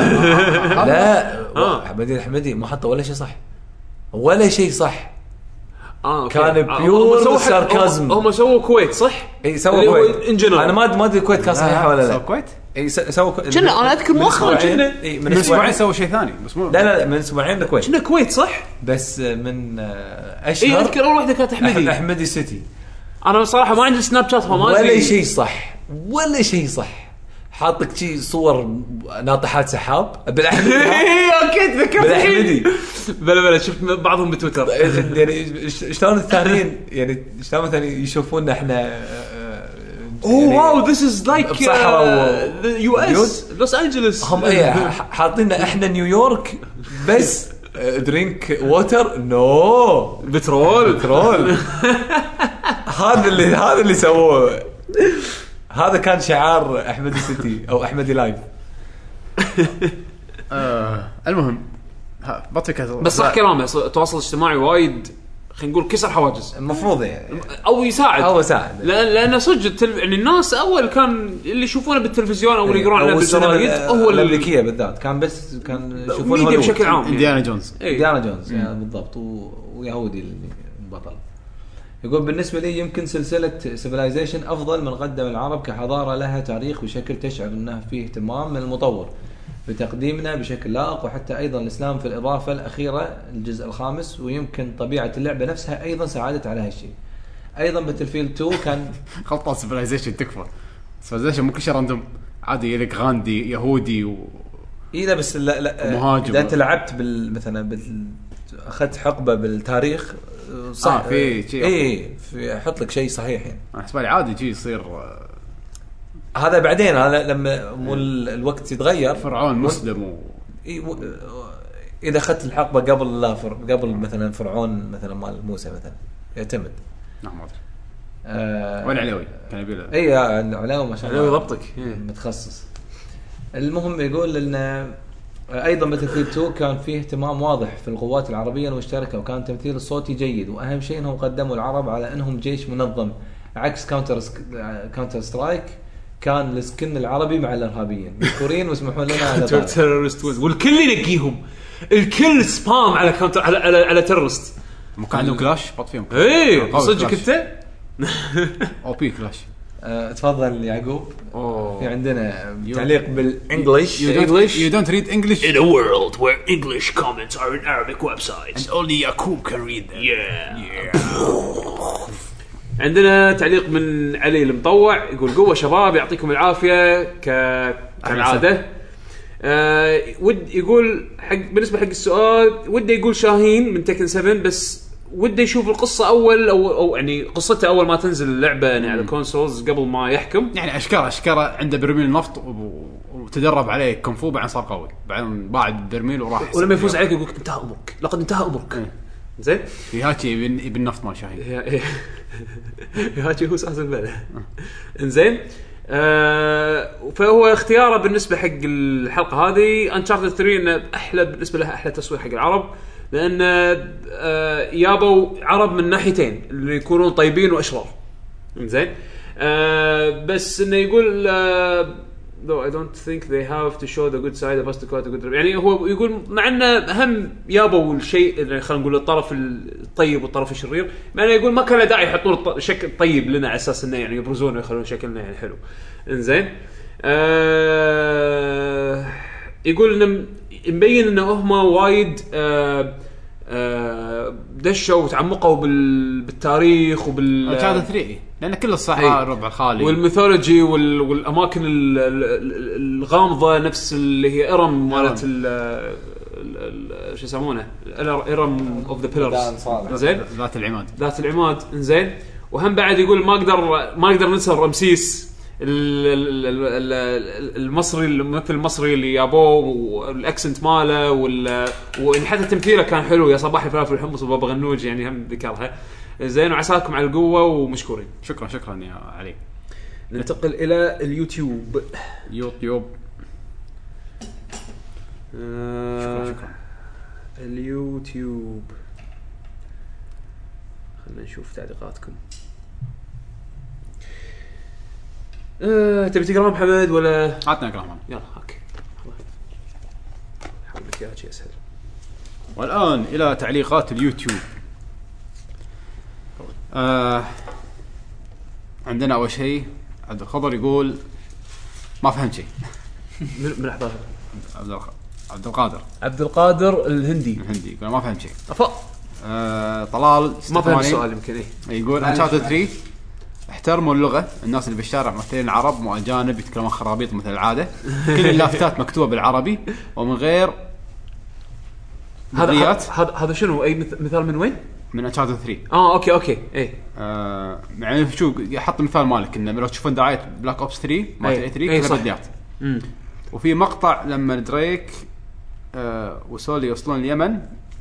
لا احمدي ما حطوا ولا شيء صح كان بيور ساركازم. هم سووا كويت صح؟ اي سووا كويت. انا ما ادري الكويت كان صحيح ولا لا. سووا كويت اي سووا كنا انا اذكر مؤخرا كنا من اسبوعين سووا شيء ثاني بس مو لا من اسبوعين الكويت كنا كويت صح. بس من اشهر اي اذكر اول واحده كانت احمدي سيتي. انا صراحه ما عندي سناب شات فما ادري ولا شيء صح حاطك شيء صور ناطحات سحاب بالاحمدي. اوكي تذكرت بالاحمدي. بلا شفت بعضهم بتويتر يعني شلون الثانيين يعني شلون مثلا يشوفوننا احنا واو ذس از لايك يو اس لوس انجلوس. هم حاطيننا احنا نيويورك بس درينك ووتر نو بترول. هذا اللي سووه. هذا كان شعار احمدي سيتي او احمدي لايف. المهم بس صح كلامه. التواصل الاجتماعي وايد خلينا نقول كسر حواجز المفروض يعني او يساعد لان صدق يعني الناس اول كان اللي يشوفونه بالتلفزيون او اللي يقرون عنه بالجرايد هو الامريكيه بالذات كان يشوفونه ميديا بشكل عام إنديانا جونز يعني بالضبط ويهودي البطل. يقول بالنسبة لي يمكن سلسلة سيفيلايزيشن أفضل من قدم العرب كحضارة لها تاريخ بشكل تشعر أنه فيه اهتمام من المطور بتقديمنا بشكل لائق. وحتى أيضا الإسلام في الإضافة الأخيرة الجزء الخامس. ويمكن طبيعة اللعبة نفسها أيضا ساعدت على هالشيء. أيضا باتلفيلد 2 كان خلطة سيفيلايزيشن تكفى. سيفيلايزيشن مو كل شيء راندوم عادي يلك غاندي يهودي إذا بس لا مهاجم. إذا أنت لعبت مثلا أخذت حقبة بالتاريخ صح في شيء في احط لك شيء صحيح يعني. احسب لي عادي شيء يصير هذا بعدين. هذا لما الوقت يتغير فرعون مسلم اذا اخذت الحقبه قبل مثلا فرعون مثلا مال موسى مثلا يعتمد. نعم ما ادري وين علوي كان يبي له اي علوي ما شاء الله علوي ضبطك متخصص. المهم يقول ان ايضا باتلفيلد 2 كان فيه اهتمام واضح في القوات العربيه المشتركه وكان التمثيل الصوتي جيد. واهم شيء انهم قدموا العرب على انهم جيش منظم عكس كاونتر سترايك كان السكن العربي مع الارهابيين مذكورين ويسمحون لنا على تيرورست والكل ينقيهم الكل سبام على كاونتر على تيرورست. مو كان عندهم كلاش بط فيهم اي صدق انت او بي كلاش. تفضل يعقوب. في عندنا تعليق بالانجليش. You don't read English in a world where English comments are in Arabic websites and only Yaqub can read them. Yeah. عندنا تعليق من علي المطوع يقول قوة شباب يعطيكم العافية كالعادة. يقول بالنسبة حق السؤال وده يقول شاهين من تكن 7 بس وده يشوف القصة أول أو يعني قصته أول ما تنزل اللعبة يعني على كونسولز قبل ما يحكم. يعني أشكره عنده برميل نفط وتدرب عليه كونفو بعدين صار قوي بعدين باع برميل وراح. ولما يفوز عليك يقولك انتهى أمرك لقد انتهى أمرك. زين في هاتي بالنفط ما شاهين هاتي هو ساز البلد. إنزين فهو اختياره بالنسبة حق الحلقة هذه أنشارتد 3 إنه أحلى بالنسبة لها أحلى تصوير حق العرب لأن يابوا عرب من ناحيتين اللي يكونون طيبين وأشرار. إنزين بس إنه يقول though I don't think they have to show the good side of us to quite a good يعني هو يقول مع إنه أهم يابوا الشيء اللي خلينا نقول الطرف الطيب والطرف الشرير يعني يقول ما كان داعي يحطون شكل طيب لنا على أساس إنه يعني يبرزونه ويخلون شكلنا يعني حلو. إنزين يقول إنه مبين إنه هم وايد دشوا وتعمقوا بالتاريخ وبالشهادة 3 لأن كل الصحراء الربع الخالي والميثولوجي والأماكن الغامضة نفس اللي هي إرم مالت شو يسمونه إرم of the pillars. زين ذات العماد. إنزين وهم بعد يقول ما أقدر ننسى رمسيس المصري الممثل المصري اللي يابوه والاكسنت ماله وان حتى تمثيله كان حلو. يا صباح الفلافل والحمص وبابا غنوج يعني هم ذكرها زين. وعساكم على القوه ومشكورين. شكرا يا علي. ننتقل الى اليوتيوب. شكرا. اليوتيوب خلينا نشوف تعليقاتكم. تبي تقرا محمد ولا عطنا اقرا؟ يلا اوكي حاول لك اياها شيء اسهل. والان الى تعليقات اليوتيوب. عندنا اول شيء عبد الخضر يقول ما فهمت شيء. من لحظه عبد القادر الهندي يقول ما فهمت شيء. طلال ما فهم السؤال يمكن. يقول انشارتد 3 احترموا اللغه. الناس اللي بالشارع ممثلين عرب مو اجانب يتكلمون خرابيط مثل العاده. كل اللافتات مكتوبه بالعربي ومن غير هذا شنو اي مثال من وين؟ من انشارتد 3. اوكي اي يعني شو يحط مثال مالك انه لو تشوفون دعايه بلاك اوبس 3 مالت 3 كلها بديات. وفي مقطع لما دريك وسولي يوصلون اليمن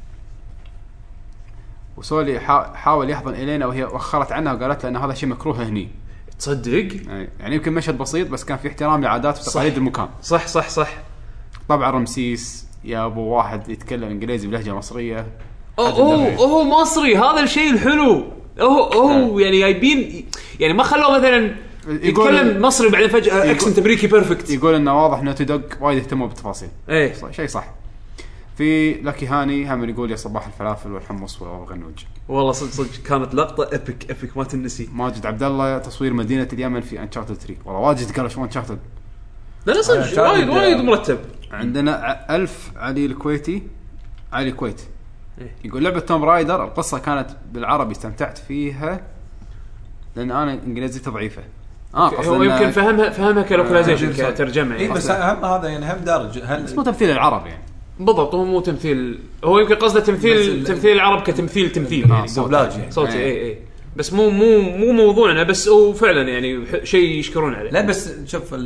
وسولي حاول يحضن إلينا وهي وخرت عنها وقالت له أن هذا شيء مكروه هني. تصدق؟ يعني يمكن مشهد بسيط بس كان في احترام لعادات وتقاليد المكان. صح. طبعا رمسيس يا أبو واحد يتكلم إنجليزي بلهجة مصرية. هو مصري. هذا الشيء الحلو. يعني جايبين يعني ما خلوه مثلا يتكلم مصري بعدين فجأة اكسنت امريكي بيرفكت. يقول انه واضح انه تدق وايد يهتموا بالتفاصيل. شيء صح. في لكي هاني هم يقول يا صباح الفلافل والحمص والغنوج. والله صدق كانت لقطة ابيك ما تنسي. ماجد عبد الله تصوير مدينة اليمن في انشارتد 3. والله واجد قالوا شو انشارتد. لا صدق وايد مرتب. عندنا ألف علي الكويت يقول لعبة توم رايدر القصة كانت بالعربي استمتعت فيها لأن أنا إنجليزيتي ضعيفة. هو يمكن فهمها كلوكاليزيشن كترجمة يعني. بس هم هذا يعني هم دارج. اسمه تمثيل العرب يعني. بالضبط. هو مو تمثيل. هو يمكن قصده تمثيل العرب كتمثيل يعني دوبلاج صوتي. اي بس مو موضوعنا. بس هو فعلا يعني شيء يشكرون عليه. لا بس شوف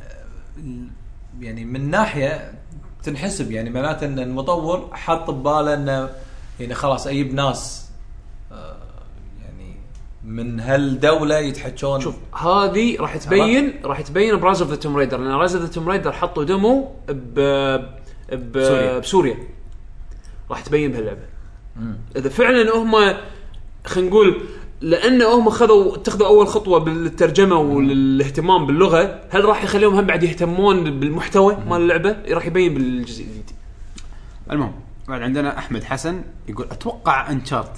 يعني من ناحية تنحسب يعني معناته ان المطور حط بباله انه يعني خلاص اجيب ناس يعني من هالدولة يتحكون. شوف هذه راح تبين برايز اوف ذا توم رايدر. لان رايز اوف ذا توم رايدر حطوا ديمو بسوريا راح تبين بهاللعبة. اذا فعلا هم خلينا نقول لأن هم اتخذوا أول خطوة بالترجمة والاهتمام باللغة. هل راح يخليهم هم بعد يهتمون بالمحتوى مال اللعبة؟ راح يبين بالجزء الجديد. المهم بعد عندنا أحمد حسن يقول أتوقع أنشارتد.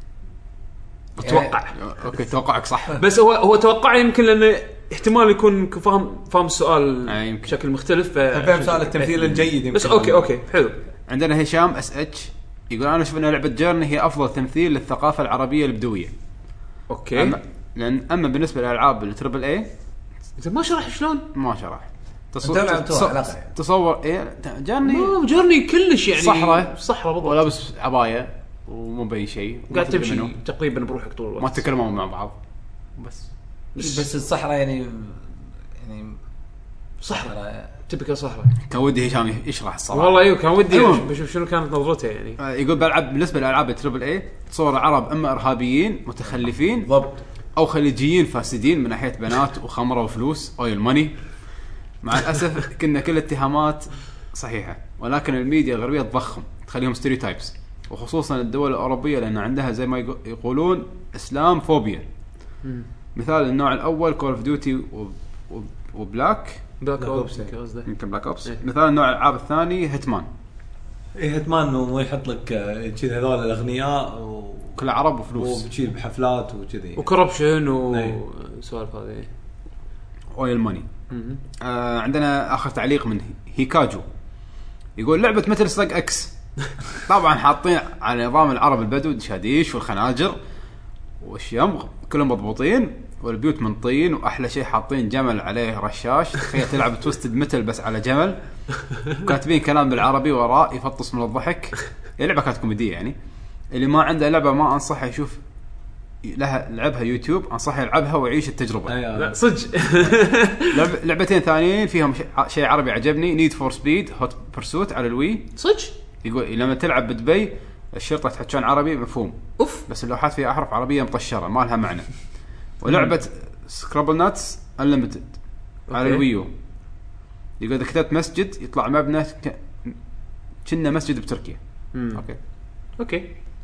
أوكي توقعك صح. بس هو توقع يمكن لأنه احتمال يكون فاهم السؤال بشكل مختلف. فهم سؤال التمثيل الجيد. بس أوكي حلو. عندنا هشام SH يقول أنا أشوف أن لعبة جيرني هي أفضل تمثيل للثقافة العربية البدوية. اوكي. اما بالنسبه للالعاب التربل اي انت ما شرح شلون. ما شرح. تصور ايه جرني كلش يعني صحراء بالضبط. ولابس عبايه ومو باي شيء قاعد تمشي تقريبا بروحك طول الوقت. ما تتكلمون مع بعض بس الصحراء يعني صحراء تبقى صحراء. كان ودي هشام يشرح الصراحه. والله ايوه كان ودي بشوف شنو كانت نظرته يعني. يقول بلعب بالنسبه للالعاب التربل اي تصور العرب اما ارهابيين متخلفين ضبط او خليجيين فاسدين من ناحيه بنات وخمره وفلوس اويل ماني. مع الاسف كنا كل اتهامات صحيحه ولكن الميديا الغربيه تضخم تخليهم ستيريوتايبس وخصوصا الدول الاوروبيه لان عندها زي ما يقولون اسلام فوبيا. مثال النوع الاول كول اوف ديوتي وبلاك اوبس يمكن بلاك اوبس. مثال النوع العاب الثاني هيتمان. هيتمان مو يحط لك كذا هذول الاغنياء وكل عرب وفلوس وبتشيل بحفلات وكذي وكربشن وسوالف هذه اويل ماني. عندنا اخر تعليق من هيكاجو يقول لعبه مثل سلاج اكس طبعا حاطين على نظام العرب البدو الشاديش والخناجر والشيم كلهم مضبوطين والبيوت من طين واحلى شيء حاطين جمل عليه رشاش. تخيل تلعب توستد متل بس على جمل كاتبين كلام بالعربي وراء يفطس من الضحك. اللعبه كانت كوميديه يعني. اللي ما عنده لعبه ما انصحه يشوف لها لعبها يوتيوب انصح يلعبها ويعيش التجربه. لا صدق. لعبتين ثانيين فيهم شيء عربي عجبني، نيد فور سبيد هوت برسوت على الوي صدق يقول لما تلعب بدبي الشرطه تحكون عربي مفهوم اوف، بس اللوحات فيها احرف عربيه مطشره ما لها معنى. ولعبه سكرابل ناتس انليمتد على الويو يقول اذا كتبت مسجد يطلع مبنى كنا مسجد بتركيا. اوكي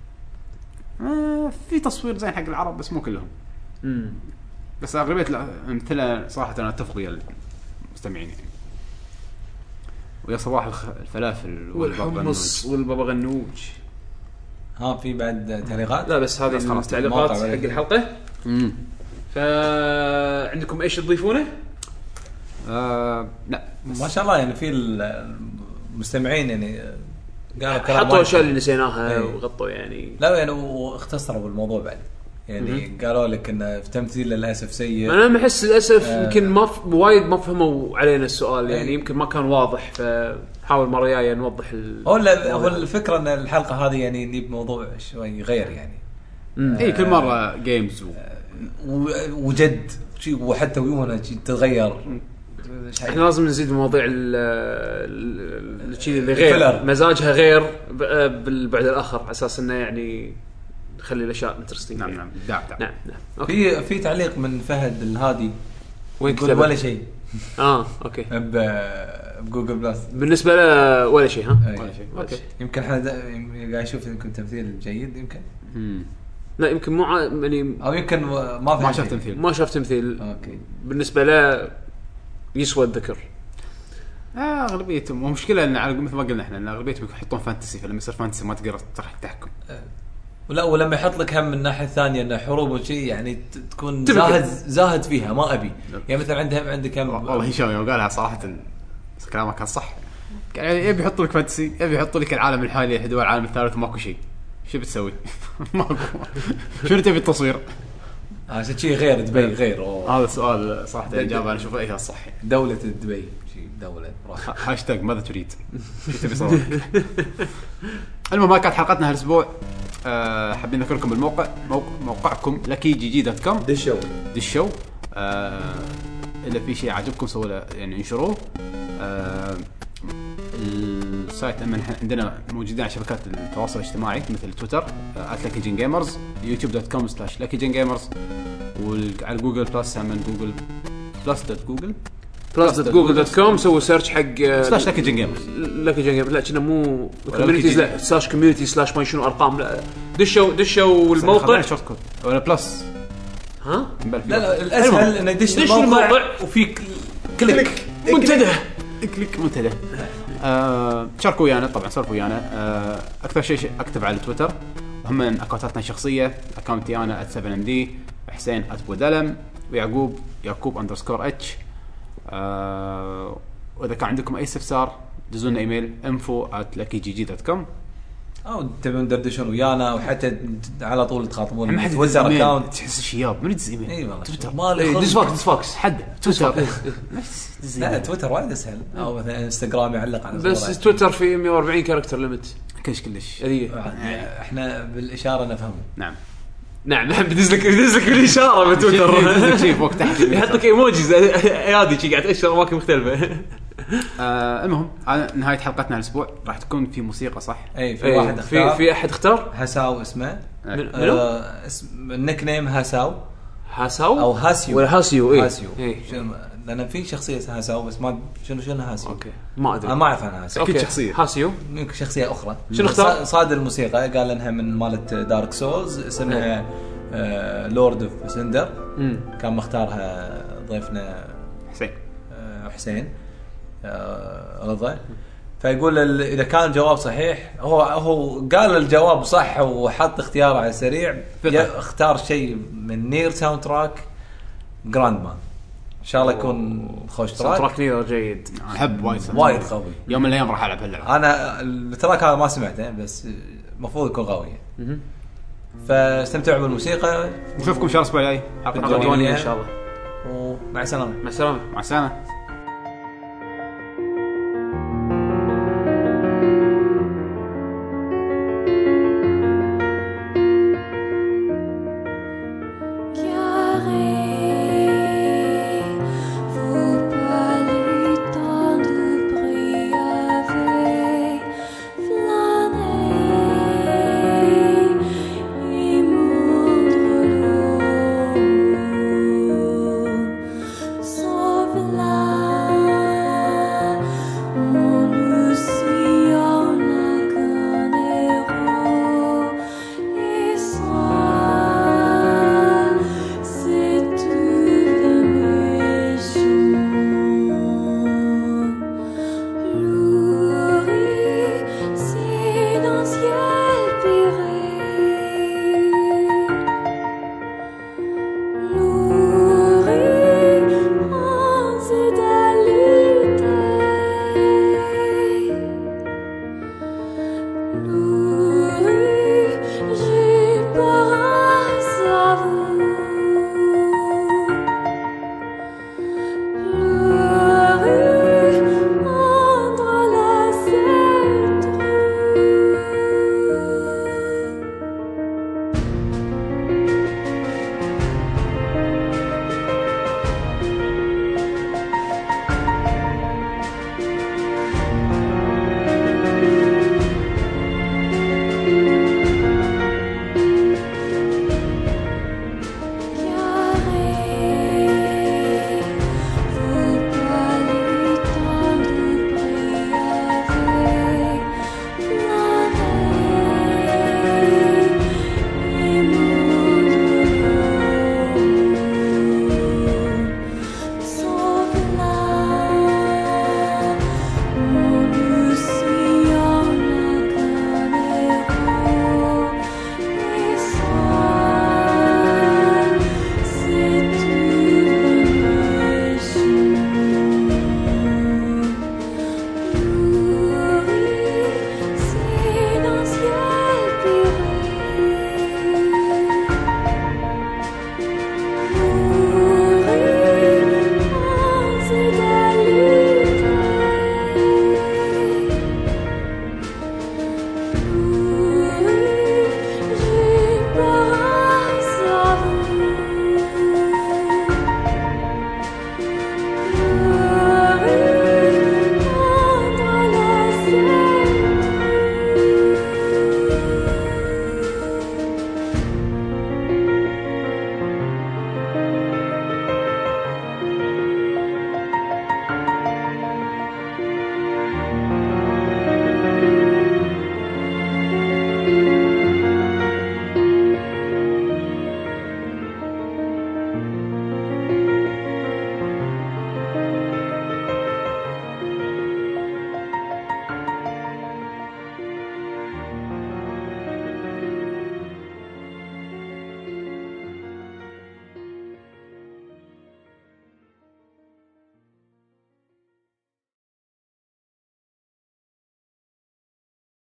في تصوير زين حق العرب بس مو كلهم. بس اغلبيه مثلا صراحه انا اتفق ويا المستمعين يعني. ويا صباح الفلافل والحمص والبابا غنوج. في بعد تعليقات؟ لا بس هذه خلاص تعليقات حق الحلقه. فعندكم ايش تضيفونه؟ لا ما شاء الله يعني في المستمعين يعني قالوا كلام حطوا اشياء اللي نسيناها وغطوا يعني. لا يعني واختصروا بالموضوع بعد يعني قالوا لك انه في تمثيل للاسف سيء. انا محس للاسف يمكن ما وايد ما فهموا علينا السؤال يعني يمكن ما كان واضح، فحاول مره جايه نوضح هو الفكره ان الحلقه هذه يعني نجيب موضوع شوي غير يعني. اي كل مره جيمز وجد شيء وحتى ويونا تتغير. احنا لازم نزيد مواضيع الشيء اللي غير مزاجها غير بعد الاخر على اساس انه يعني نخلي الاشياء انترستينج. نعم. في تعليق من فهد الهادي يقول ولا شيء. اوكي بجوجل بلس بالنسبه له ولا شيء. ولا شيء. اوكي يمكن احنا قاعد نشوف يمكن تمثيل جيد يمكن. لا يمكن مو يعني او يمكن ما شاف تمثيل. اوكي بالنسبه له يسوى الذكر. اغلبيتهم ومشكله ان على مثل ما قلنا احنا ان اغلبيتهم يحطون فانتسي، فلما يصير فانتسي ما تقدر تحكم. ولا ولما يحط لك هم من الناحيه الثانيه ان حروب وشيء يعني تكون زاهد فيها ما ابي يعني مثلا عندك هم والله هشام وقالها صراحه كلامه كان صح. يعني يبي يحط لك فانتسي، يبي يحط لك العالم الحالي حدوى العالم الثالث وماكو شيء. شو بتسوي؟ ماكو. شو تبي التصوير؟ هذا شيء غير دبي غير. هذا سؤال صراحه الاجابه انا اشوفها ايه الصح. دوله دبي شيء دوله هاشتاج ماذا تريد؟ شو تبي صور؟ المهم ما كانت حلقتنا هالاسبوع. حابين نذكركم بالموقع موقعكم luckygg.com. دشوا اذا في شيء عجبكم سووا له يعني انشروه. السايت عندنا موجودين على شبكات التواصل الاجتماعي مثل تويتر @luckygengamers، youtube.com/luckygengamers، وعلى جوجل بلس من جوجل plus.google.com. سووا سيرش حق /luckygengamers. لا كنا مو communities، لا /community/ ما شنو ارقام. لا دشوا الموقع ولا بلس. لا الاسهل ان يدش الموقع وفي كليك منتدى. شاركوا ويانا طبعا، سولفوا ويانا. اكثر شيء اكتب على تويتر هم من اكونتاتنا الشخصيه. اكونتي انا @7md، حسين @بودلم، ويعقوب _h. واذا كان عندكم اي استفسار دزونا ايميل info@luckygg.com او تبون دردشون ويانا، وحتى على طول تخاطبون توزر اكونت تحس شياب من يدز ايميل. اي والله تويتر مالي ديسفاكس حد تويتر. لا تويتر وايد اسهل، او مثلا انستغرام يعلق على بس تويتر في 140 كاركتر ليميت كلش احنا بالاشاره نفهم. نعم بدز لك بالاشاره بتويتر شيء فوق تحت يحط لك ايموجيز هذه شيء قاعد تاشر اماكن مختلفه. المهم نهايه حلقتنا الاسبوع راح تكون في موسيقى صح؟ اي في واحد اختار. في احد اختار هاساو اسمه اسم النيك نيم هاساو او هاسيو ولا هاسيو. اي لأن في شخصية هاساو بس ما شنو هاسيو. اوكي ما ادري، انا ما اعرف عنها هاسيو. اكيد شخصيه هاسيو يمكن شخصيه اخرى. شنو اختار؟ صاد الموسيقى قال انها من مالت دارك سولز، اسمها لورد اوف سندر. كان مختارها ضيفنا حسين رضا. فيقول اذا كان الجواب صحيح، هو قال الجواب صح وحط اختياره على السريع. اختار شيء من نير ساوند تراك جراند مان. ان شاء الله يكون خوش تراك نير جيد. احب وايد قوي. يوم من الايام راح العب هاللعبه. انا التراك هذا ما سمعته بس المفروض يكون قوي. فاستمتعوا بالموسيقى. نشوفكم ان شاء الله الاسبوع الجاي حلقه ان شاء الله. ومع السلامه. مع السلامه.